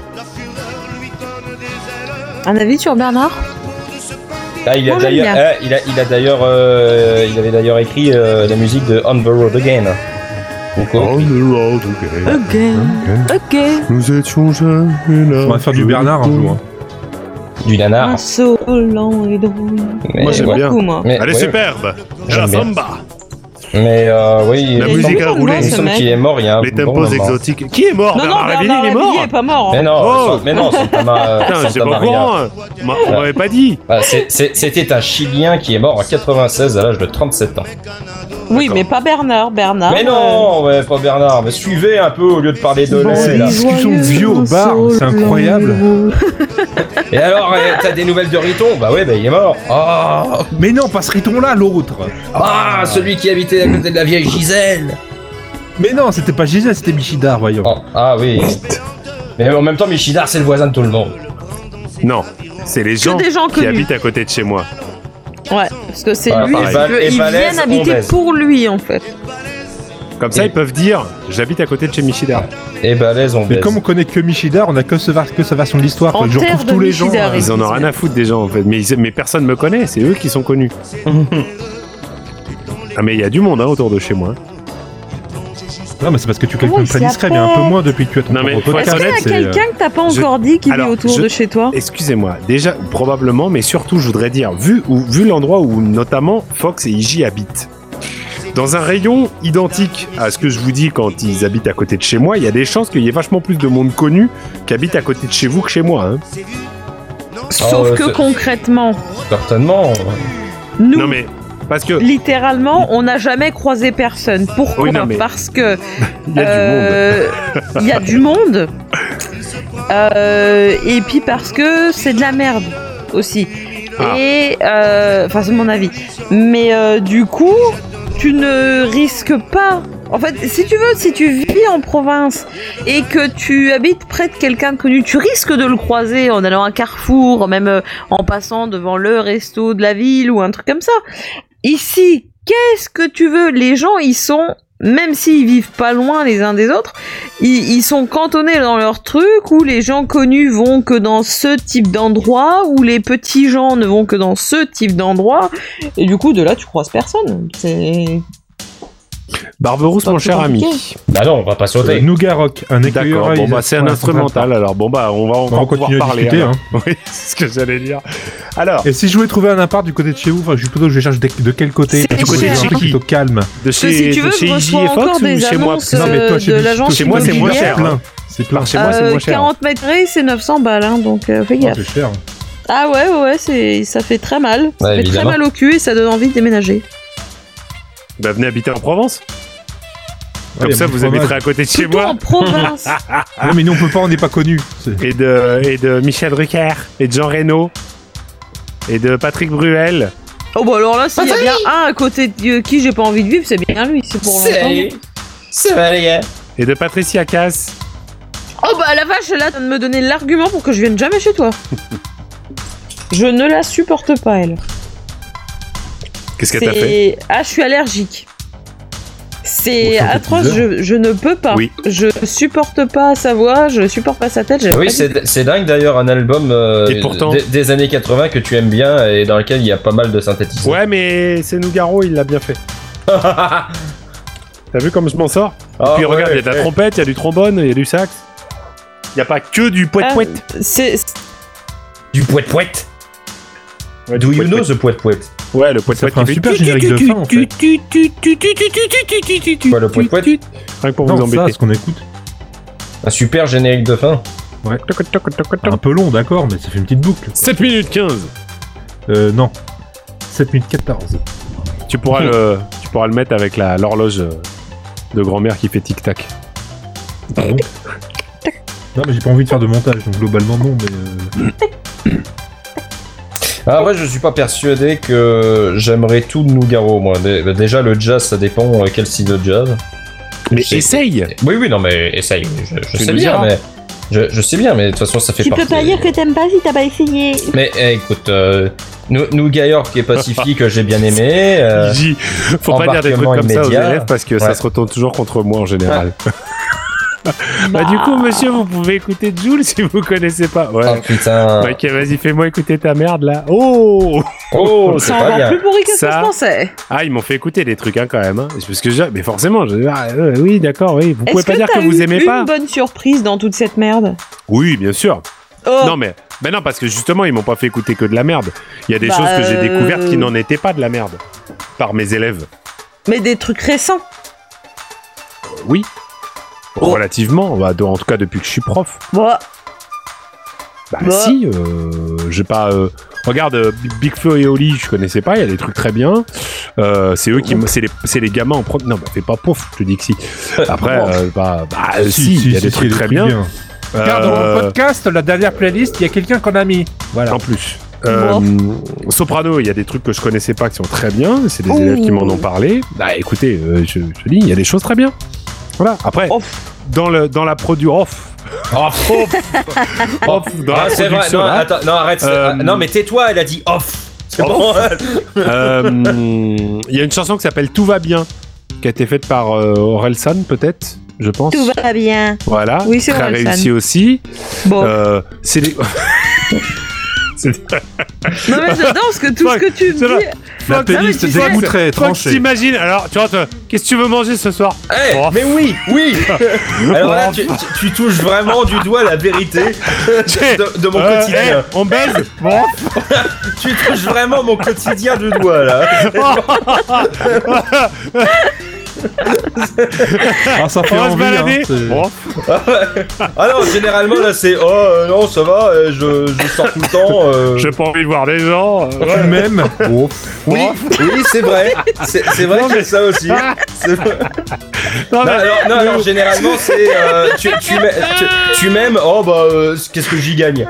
Un avis sur Bernard? Ah, il a Moi, j'aime d'ailleurs, bien. ah, il a, il a d'ailleurs, euh, il avait d'ailleurs écrit euh, la musique de On the Road Again. Donc, On oh, the road again. Ok. Ok. Nous étions jeunes. et là, On va faire du Bernard un jour. hein. du nanar. Insolent et drôle. Mais, Moi, j'aime ouais. bien. Beaucoup, moi. Mais, Elle est ouais. superbe. Et J'aime la bien. samba. Mais euh, oui, La il, musique il a me semble- roulé. il me Ce semble mec. qu'il est mort il y a un Les bon tempos moment. exotiques. Qui est mort? Non, non, Bernard Lavillier, Bernard il est Lavillier mort. est pas mort. Mais hein. non, Oh. mais non, Santama- Putain, j'étais pas au Santamaria. courant. Ma- On m'avait pas dit. Ah, c'est- c'est- C'était un Chilien qui est mort en quatre-vingt-seize à l'âge de trente-sept ans. Oui, mais pas Bernard. Bernard. mais non, ouais, pas Bernard. Mais suivez un peu au lieu de parler de Bon, laisser là. Est-ce qu'ils sont vieux au bar? C'est incroyable. Et alors, euh, t'as des nouvelles de Riton? Bah ouais, bah il est mort. Ah, Mais non, pas ce riton là, l'autre. ah, celui qui habitait à côté de la vieille Gisèle. Mais non, c'était pas Gisèle, c'était Michidar, voyons. Oh, ah oui. Mais en même temps, Michidar, c'est le voisin de tout le monde. Non, c'est les gens, des gens qui connus. habitent à côté de chez moi. Ouais, parce que c'est Ah, lui, pareil. si tu veux, Et ils Valais, viennent on habiter baise. pour lui, en fait. Comme ça, Et- ils peuvent dire j'habite à côté de chez Michidar. Et balèze, on Mais baise. comme on connaît que Michidar, on a que, ce, que sa version de l'histoire. En Faudrait que je terre retrouve de tous les gens. Michidar, euh, Ils en ont rien à foutre des gens en fait. Mais, ils- mais personne me connaît, c'est eux qui sont connus. Ah, mais il y a du monde hein, autour de chez moi. Non, mais c'est parce que tu es Comment quelqu'un il de très discret, mais un peu s'appelle moins depuis que tu as ton Non, mais propre faut être Est-ce podcast. qu'il y a honnête, c'est, euh, quelqu'un que t'as pas je- encore dit qui Alors, vit autour je- de chez toi? Excusez-moi, déjà, probablement, mais surtout, je voudrais dire, vu, où- vu l'endroit où notamment Fox et Iji habitent, dans un rayon identique à ce que je vous dis quand ils habitent à côté de chez moi, il y a des chances qu'il y ait vachement plus de monde connu qui habite à côté de chez vous que chez moi. Hein. Sauf euh, que c'est- concrètement, Certainement. nous, Non mais, parce que littéralement, on n'a jamais croisé personne. Pourquoi? Oui, non, mais- Parce que il y a euh, il y a du monde. Euh, et puis parce que c'est de la merde aussi. Ah. Et euh, enfin, c'est mon avis. Mais euh, du coup, tu ne risques pas. En fait, si tu veux, si tu vis en province et que tu habites près de quelqu'un de connu, tu risques de le croiser en allant à un carrefour, même euh, en passant devant le resto de la ville ou un truc comme ça. Ici, qu'est-ce que tu veux? Les gens, ils sont, même s'ils vivent pas loin les uns des autres, ils, ils sont cantonnés dans leur truc où les gens connus vont que dans ce type d'endroit, où les petits gens ne vont que dans ce type d'endroit, et du coup, de là, tu croises personne. C'est... Barberousse, Pas mon plus cher ami. compliqué. Bah non, on va pas euh, sauter. Nougat Rock, un écueilleur. D'accord, bon bah c'est un instrumental alors bon bah on va On encore va pouvoir continuer à parler. discuter. alors. Hein. Oui, c'est ce que j'allais dire. Alors, Et si je voulais trouver un appart du côté de chez vous, enfin, je plutôt que je cherche de, de quel côté? C'est Du côté cher. un truc plutôt calme. de Parce que chez, si tu de veux, chez je Iji reçois et Fox encore ou des chez moi annonces Non, mais toi, euh, chez de Mich- l'agence chez moi, c'est moins immobilière. cher. Plein. C'est plein. Chez moi c'est Euh, moins cher. quarante mètres carrés, c'est neuf cents balles, hein, donc euh, fais Oh, gaffe. c'est cher. Ah ouais, ouais, ouais, c'est, ça fait très mal. Ça Ouais, fait évidemment. très mal au cul et ça donne envie de déménager. Bah venez habiter en Provence. Ouais, Comme y a ça beaucoup vous de fromage. habiterez à côté de chez Plutôt en moi. province. Ouais, mais nous on peut pas, on n'est pas connus. C'est- Et de, et de Michel Drucker. Et de Jean Reno. Et de Patrick Bruel. Oh bah alors là, s'il y a bien un à côté de qui j'ai pas envie de vivre, c'est bien lui, c'est pour longtemps. C'est c'est vrai, les gars. Et de Patricia Cass. Oh bah la vache, là, tu viens de me donner l'argument pour que je vienne jamais chez toi. Je ne la supporte pas, elle. Qu'est-ce que t'as fait? C'est... Ah, je suis allergique. C'est Bon, c'est un peu atroce, bizarre. je, je ne peux pas. Oui. Je supporte pas sa voix, je supporte pas sa tête. j'aime Oui, pas c'est c'est dingue d'ailleurs, un album euh, Et pourtant- des, des années quatre-vingts que tu aimes bien et dans lequel il y a pas mal de synthétiseurs. Ouais mais c'est Nougaro il l'a bien fait. T'as vu comme je m'en sors? Ah, puis ouais, regarde, il y a de la ouais. trompette, il y a du trombone, il y a du sax. Il n'y a pas que du poète-poète. Ah, c'est... Du poète-poète. Ouais, Do du you know poète-poète. the poète-poète? Ouais, le Ça poète-poète ferait un qui fait super tu- générique tu- de tu- fin, en tu- fait. tu- tu- tu- tu- tu- tu- tu- tu- tu- tu- Quoi, le poète-poète? tu- Rien que pour vous Non, ça, embêter. ce qu'on écoute. Un super générique de fin. Ouais. Un peu long, d'accord, mais ça fait une petite boucle. sept minutes quinze. Euh, non. sept minutes quatorze. Tu pourras le, tu pourras le mettre avec la l'horloge euh, de grand-mère qui fait tic-tac. Pardon. Non, mais j'ai pas envie de faire de montage, donc globalement, non, mais. Euh... Ah, ouais, je suis pas persuadé que j'aimerais tout de Nougaro, moi. Dé- bah, Déjà, le jazz, ça dépend euh, quel style de jazz. Mais C'est- essaye. Oui, oui, non, mais essaye. Je, je Tu sais nous bien, diras. mais. Je, je sais bien, mais de toute façon, ça fait Tu partie. peux pas dire que t'aimes pas si t'as pas essayé. Mais eh, écoute, euh, Nou- Nougat York est pacifique, j'ai bien aimé. euh, J. Faut pas dire des trucs embarquement comme ça aux immédiat. élèves parce que Ouais. ça se retourne toujours contre moi en général. Bah, du coup, monsieur, vous pouvez écouter Jules si vous connaissez pas. Ouais. Oh putain. Ok, vas-y, fais-moi écouter ta merde là. Oh Oh, C'est c'est pas encore bien. plus pourri que ce que Ça- je pensais. Ah, ils m'ont fait écouter des trucs hein, quand même. Hein. Parce que je... Mais forcément, je... ah, euh, oui, d'accord, oui. Vous pouvez Est-ce pas dire que t'as vous eu aimez une pas. bonne surprise dans toute cette merde? Oui, bien sûr. Oh, Non, mais ben non, parce que justement, ils m'ont pas fait écouter que de la merde. Il y a des Bah, choses que j'ai euh, découvertes qui n'en étaient pas de la merde par mes élèves. mais des trucs récents. Oui. Oh. Relativement, bah, de- en tout cas depuis que je suis prof. Bon, Bah, Bah. si, euh, j'ai pas. euh, Regarde, euh, Big Flo et Oli, je connaissais pas, il y a des trucs très bien. Euh, c'est eux qui. m- C'est les, c'est les gamins en premier. Non, bah, fais pas pouf, je te dis que si. Après, euh, bah, bah, euh, si, il y a des trucs très bien. Regarde dans Euh, mon podcast, la dernière playlist, il y a quelqu'un qu'on a mis. Voilà. En plus. Euh, Soprano, il y a des trucs que je connaissais pas qui sont très bien. C'est des Ouh. élèves qui m'en ont parlé. Bah écoutez, euh, je, je dis, il y a des choses très bien. Voilà. Après, Off. dans le dans la produ off, Off. off, dans Ah, la c'est vrai. production, Non, là, attends, non, arrête. c'est- Euh, Non, mais tais-toi, elle a dit off. C'est Off. bon. euh, il y a une chanson qui s'appelle Tout va bien, qui a été faite par euh, Orelsan peut-être, je pense. Tout va bien. Voilà. Oui, c'est très Orelsan. réussi aussi. Bon. Euh, c'est les. C'est- Non mais j'adore parce que tout ce que tu me c'est vrai. dis. La Fuck, playlist non, mais tu sais, dégoûterait, Faut que tranchée. t'imagines. Alors, tu vois, toi, qu'est-ce que tu veux manger ce soir? Eh, Oh. mais oui, oui. Alors là, tu, tu- tu touches vraiment du doigt la vérité de, de mon Euh, quotidien. eh, on baise. Bon. Tu touches vraiment mon quotidien du doigt là. Ah, ça fait On va se envie, balader. hein, c'est- Bon. Ah non, généralement là c'est oh euh, non ça va, euh, je, je sors tout le temps. euh. J'ai pas envie de voir des gens. euh, Tu ouais. m'aimes. Oh. Oui, oui c'est vrai, c'est c'est vrai que c'est ça aussi. C'est vrai. Non, Non, mais- alors, non, alors généralement c'est euh, tu, tu, m'a- tu, tu m'aimes, oh bah euh, qu'est-ce que j'y gagne.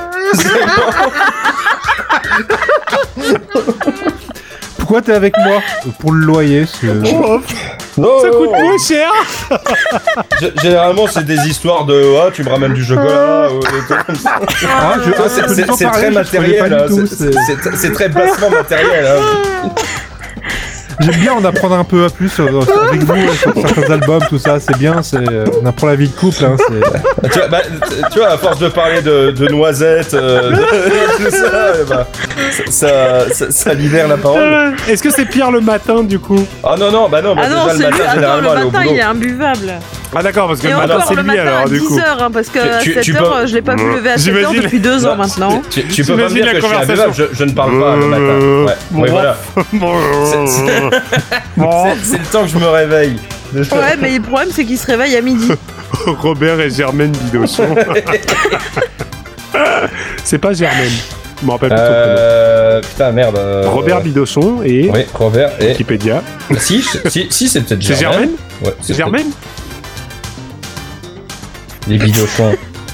Pourquoi t'es avec moi? Pour le loyer. c'est- Oh, Non, ça non, coûte non. moins cher. G- Généralement c'est des histoires de ah tu me ramènes du chocolat ou des trucs comme ça. Ah, je- Ah, c'est- on peut c'est nous en c'est parler, très je matériel, connais pas hein, du tout, c'est- c'est- c'est c'est très bassement matériel. Hein. J'aime bien en apprendre un peu à plus euh, avec vous euh, sur certains albums, tout ça, c'est bien, c'est, euh, on apprend la vie de couple. Hein, c'est... Tu vois, bah, t- tu vois, à force de parler de, de noisettes, euh, de, tout ça, euh, bah, ça, ça, ça libère la parole. Euh, Est-ce que c'est pire le matin du coup? Ah non, non, bah non, bah, Ah non, déjà le c'est lui. matin, Attends, généralement, elle est le au matin boulot. il est imbuvable. Ah d'accord, parce que Et le matin encore c'est le lui matin alors à du coup. dix heures, hein, parce que Tu- à tu sept peux- heures, je l'ai pas vu lever à sept heures J'imagine- depuis deux ans Non, maintenant. Tu, tu peux pas me T'imagines dire la que je suis conversation. imbuvable, je, je ne parle pas le matin. Euh, Ouais, bon. ouais, voilà. Bon. C'est- C'est le temps que je me réveille. Ouais, mais le problème c'est qu'il se réveille à midi. Robert et Germaine Bidochon. C'est pas Germaine. Je me rappelle plus de son prénom. Euh, putain, merde. euh, Robert Bidochon et Oui, Robert et. Wikipédia. Si, si, si c'est peut-être C'est Germaine. Germaine? Ouais, C'est Germaine? peut-être Les bidochons.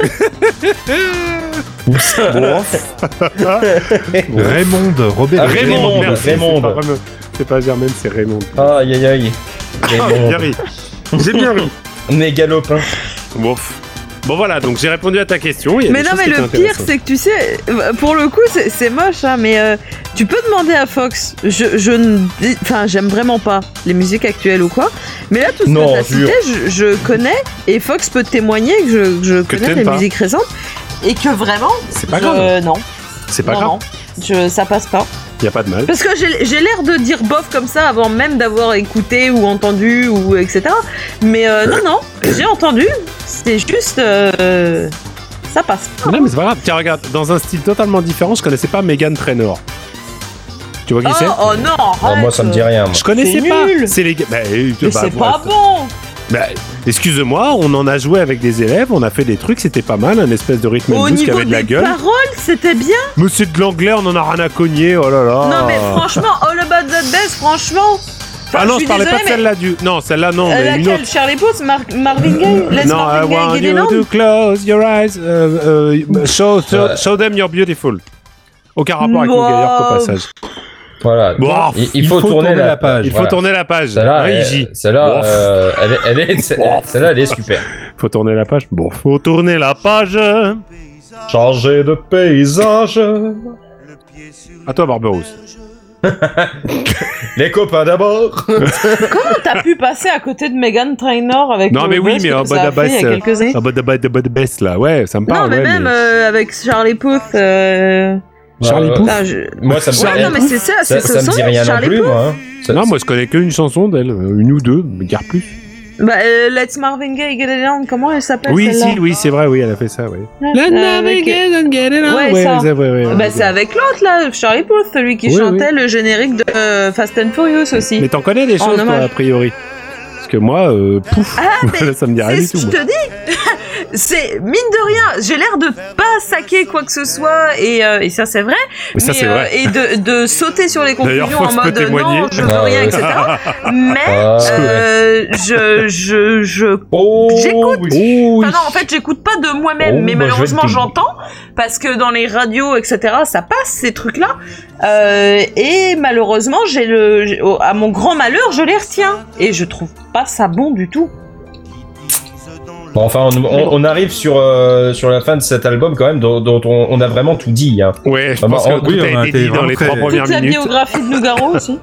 Raymond, Robert. Ah, Raymond, Raymond, merci. Raymond. C'est pas, vraiment- c'est pas Germaine, c'est Raymond. Aïe aïe aïe. Ah, j'ai Raymond. bien ri. J'ai bien ri. Mégalopin. Bon. Bon voilà, donc j'ai répondu à ta question. Il y a Mais des non, choses mais qui le étaient pire, intéressantes. c'est que tu sais, euh, pour le coup, c'est c'est moche, hein, mais euh, tu peux demander à Fox. Je, je ne dis- enfin, j'aime vraiment pas les musiques actuelles ou quoi. Mais là, tout ce Non, que tu jure. as cité, je, je connais, et Fox peut témoigner que je, que je Que connais t'aimes les pas. musiques récentes, et que vraiment, C'est pas je- grave. non, C'est pas non, grave. non, je, ça passe pas. Y a pas de mal. Parce que j'ai, j'ai l'air de dire bof comme ça avant même d'avoir écouté ou entendu ou et cetera. Mais euh, non, non, j'ai entendu. C'est juste. Euh, ça passe pas. Non, mais c'est pas grave. Tiens, regarde, dans un style totalement différent, je connaissais pas Meghan Trainor. Tu vois qui Oh, c'est? oh non, Ah, arrête. moi, ça me dit rien. Moi. Je connaissais C'est pas. nul. C'est les gars. Bah, euh, Mais bah, c'est bref. pas bon. Bah, excuse-moi, on en a joué avec des élèves, on a fait des trucs, c'était pas mal, un espèce de rythme and Au blues qui niveau avait de la des gueule. paroles, c'était bien. Mais c'est de l'anglais, on en a rien à cogner, oh là là. Non, mais franchement, All About That Bass, franchement. Enfin, Ah non, je suis parlais pas de désolée, celle-là du. Non, celle-là non, mais, mais euh, une laquelle autre. Charlie Puth, Mar- Marvin Gaye. Let's Non, I Marvin Gaye, want get it you on. to close your eyes, uh, uh, show, show, show them you're beautiful. Aucun rapport avec Wow. le gaillard qu'au passage. Voilà. Bon, il, il il faut, faut tourner, tourner la, la page. Il faut Voilà. tourner la page. Celle-là, Hein, elle- Iji. celle-là, Bon. euh, elle, est- elle est, c'est- celle-là, elle est super. Faut tourner la page. Bon, faut tourner la page. Changer de paysage. À toi, Barberousse. Les copains d'abord. Comment t'as pu passer à côté de Meghan Trainor avec Non, le mais oui, buzz mais que en ça bas a de la fait il y a baisse. quelques années? En bas de bas de bas de baisse, là. Ouais, ça me parle. Non, mais ouais, même mais- euh, avec Charlie Puth. Euh... Charlie Euh, Puth. ah, je- Moi, ça me dit Ouais, rien. non, mais c'est ça, Ça, c'est ce ça me son, dit rien non Charlie plus, Puth. moi. hein. Ça- Non, moi je connais qu'une chanson d'elle, euh, une ou deux, mais guère plus. Bah, euh, Let's Marvin Gaye, Get It On, comment elle s'appelle Oui, celle-là? si, oui, c'est vrai, oui, elle a fait ça, oui. Ouais, avec- Ouais, ça. c'est vrai, ouais, Bah, ouais. c'est avec l'autre là, Charlie Puth, celui qui Oui, chantait le générique de euh, Fast and Furious aussi. Mais t'en connais des En choses, toi, hommage. a priori. Parce que moi, euh, pouf, Ah, mais ça me dit rien c'est du ce tout. que moi. je te dis. C'est mine de rien, j'ai l'air de pas saquer quoi que ce soit et, euh, et ça c'est vrai. Mais ça, c'est euh, vrai. et de, de sauter sur les D'ailleurs, conclusions en Fox peut mode euh, témoigner. non, je veux Ah, rien, ouais. et cetera. Mais Ah, euh, je je je Oh, J'écoute. oui. Oh, Enfin non, en fait, j'écoute pas de moi-même, Oh, mais bah, je vais malheureusement, te- j'entends parce que dans les radios, et cetera, ça passe ces trucs-là. Euh, et malheureusement, j'ai le, j'ai- au- à mon grand malheur, je les retiens et je trouve pas ça bon du tout. Bon, enfin, on, on- on arrive sur, euh, sur la fin de cet album quand même, dont, dont on, on a vraiment tout dit. Hein. Ouais, je Ah bah, pense que on- tout oui, on a a été été dit dans vraiment les très- trois premières Toute la minutes. biographie de Nougaro aussi.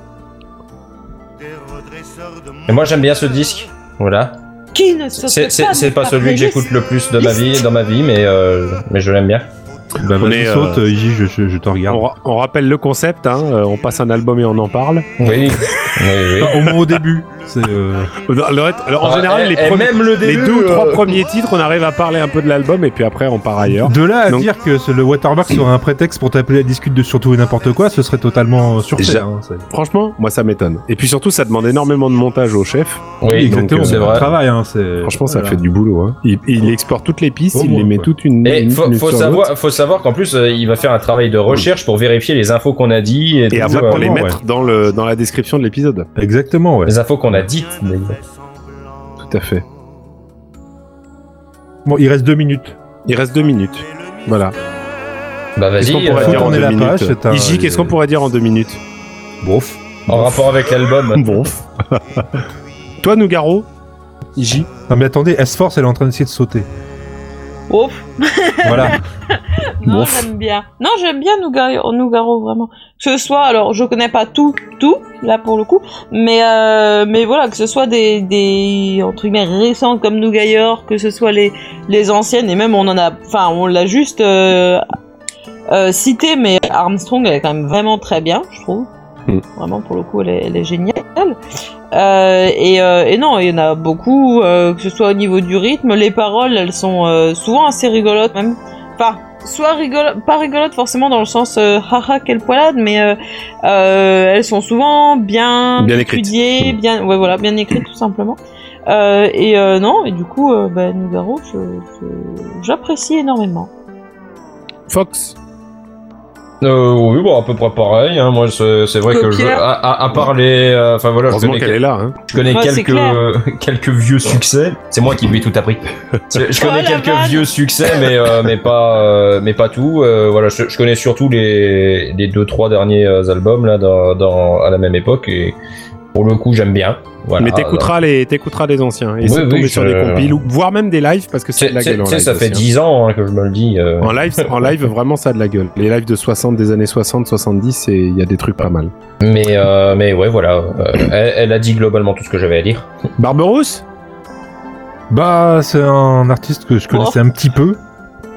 Et moi, j'aime bien ce disque. Voilà. Qui ne saute C'est c'est- pas c'est pas après celui que j'écoute le plus de ma vie, dans ma vie, mais, euh, mais je l'aime bien. Bah, On vas-y, est, euh, saute, Iji, je, je, je te regarde. On, ra- on rappelle le concept, hein, euh, on passe un album et on en parle. Oui, oui, oui. Enfin, au moins au début. C'est, euh, Le- le- alors, en Ah, général, et- les, et premiers- même le les début, deux ou trois euh, premiers titres, on arrive à parler un peu de l'album et puis après on part ailleurs. De là à Donc- dire que ce- le watermark serait un prétexte pour t'appeler à discuter de surtout et n'importe quoi, ce serait totalement euh, surfait. Ja- Hein, c'est- Franchement, moi ça m'étonne. Et puis surtout, ça demande énormément de montage au chef. Oui, exactement, donc, c'est c'est vrai. un travail. Hein, c'est... Franchement, ça voilà. fait du boulot. Hein. Il, il exporte toutes les pistes, Au il moins, les met quoi. toutes une. Et une- faut, une faut sur savoir, l'autre. faut savoir qu'en plus, euh, il va faire un travail de recherche pour vérifier les infos qu'on a dit et, Et tout, après, euh, pour les ouais. mettre dans, le, dans la description de l'épisode. Exactement, ouais. les infos qu'on a dites. d'ailleurs. Tout à fait. Bon, il reste deux minutes. Il reste deux minutes. Voilà. Bah Qu'est-ce qu'on vas-y, pourrait euh, dire en tourner deux la minutes page, c'est un- Iji, qu'est-ce qu'on pourrait dire en deux minutes Bof. en rapport avec l'album. Bon. Toi, Nougaro Iji Non mais attendez, S-Force, elle est en train d'essayer de sauter. Ouf. Voilà. Non, Bon. j'aime bien. Non, j'aime bien Nougaro, Nougaro vraiment. Que ce soit, alors, je connais pas tout, tout, là pour le coup, mais euh, mais voilà, que ce soit des des entre guillemets récents comme Nougayor, que ce soit les les anciennes et même on en a, enfin, on l'a juste euh, euh, cité, mais Armstrong elle est quand même vraiment très bien, je trouve. Mm. Vraiment pour le coup, elle est, elle est géniale. Euh, et, euh, et non, il y en a beaucoup, euh, que ce soit au niveau du rythme, les paroles, elles sont euh, souvent assez rigolotes même. Enfin, soit rigolo- pas rigolotes forcément dans le sens euh, haha quelle poilade, mais euh, euh, elles sont souvent bien, Bien écrites. étudiées, Mm. bien, ouais voilà, bien écrites tout simplement. Euh, et euh, non, et du coup, euh, bah, Nougaro, je, je- j'apprécie énormément. Fox Euh, oui, bon, à peu près pareil. Hein. Moi, c'est c'est vrai que je, Copieur. à, à, à part les, euh, enfin voilà, je Heureusement connais, qu'elle est là. Hein. je connais Ouais, c'est quelques clair. quelques vieux succès. C'est moi qui lui ai tout appris. C'est- Je Oh, connais la quelques vanne. vieux succès, mais euh, mais pas euh, mais pas tout. Euh, voilà, je, je connais surtout les les deux trois derniers euh, albums là dans, dans à la même époque et pour le coup j'aime bien. Voilà. Mais t'écouteras les, t'écouteras les anciens. Et Oui, c'est de oui, tomber je- sur des compiles, ou voire même des lives, parce que c'est C'est- de la c'est- gueule en tu sais, live. ça fait aussi, hein. dix ans hein, que je me le dis. euh. En live, en live, vraiment, ça a de la gueule. Les lives de soixante, des années soixante, soixante-dix, et il y a des trucs pas mal. Mais euh, mais ouais, voilà. Euh, elle, elle a dit globalement tout ce que j'avais à dire. Barberousse Bah, c'est un artiste que je connaissais un petit peu.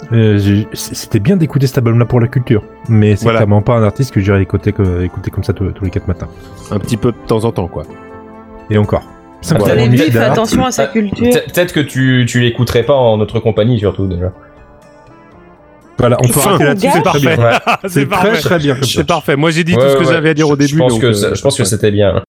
Euh, j'ai- C'était bien d'écouter cet album-là pour la culture, mais c'est Voilà. clairement pas un artiste que j'irais écouter, que- écouter comme ça tous, tous les quatre matins. Un petit peu de temps en temps, quoi. Et encore. C'est Ah, un t'as Allez, album lui, fais d'art. attention à sa Ah, culture. Pe- Peut-être que tu, tu l'écouterais pas en notre compagnie, surtout, déjà. Voilà, on peut Fin. arrêter là-dessus, C'est c'est très bien. Ouais. C'est C'est très parfait. très bien comme ça. C'est parfait. Moi, j'ai dit Ouais, tout ce que ouais, j'avais à dire au je- début. Je pense donc, que, euh, ça- je pense que c'était bien.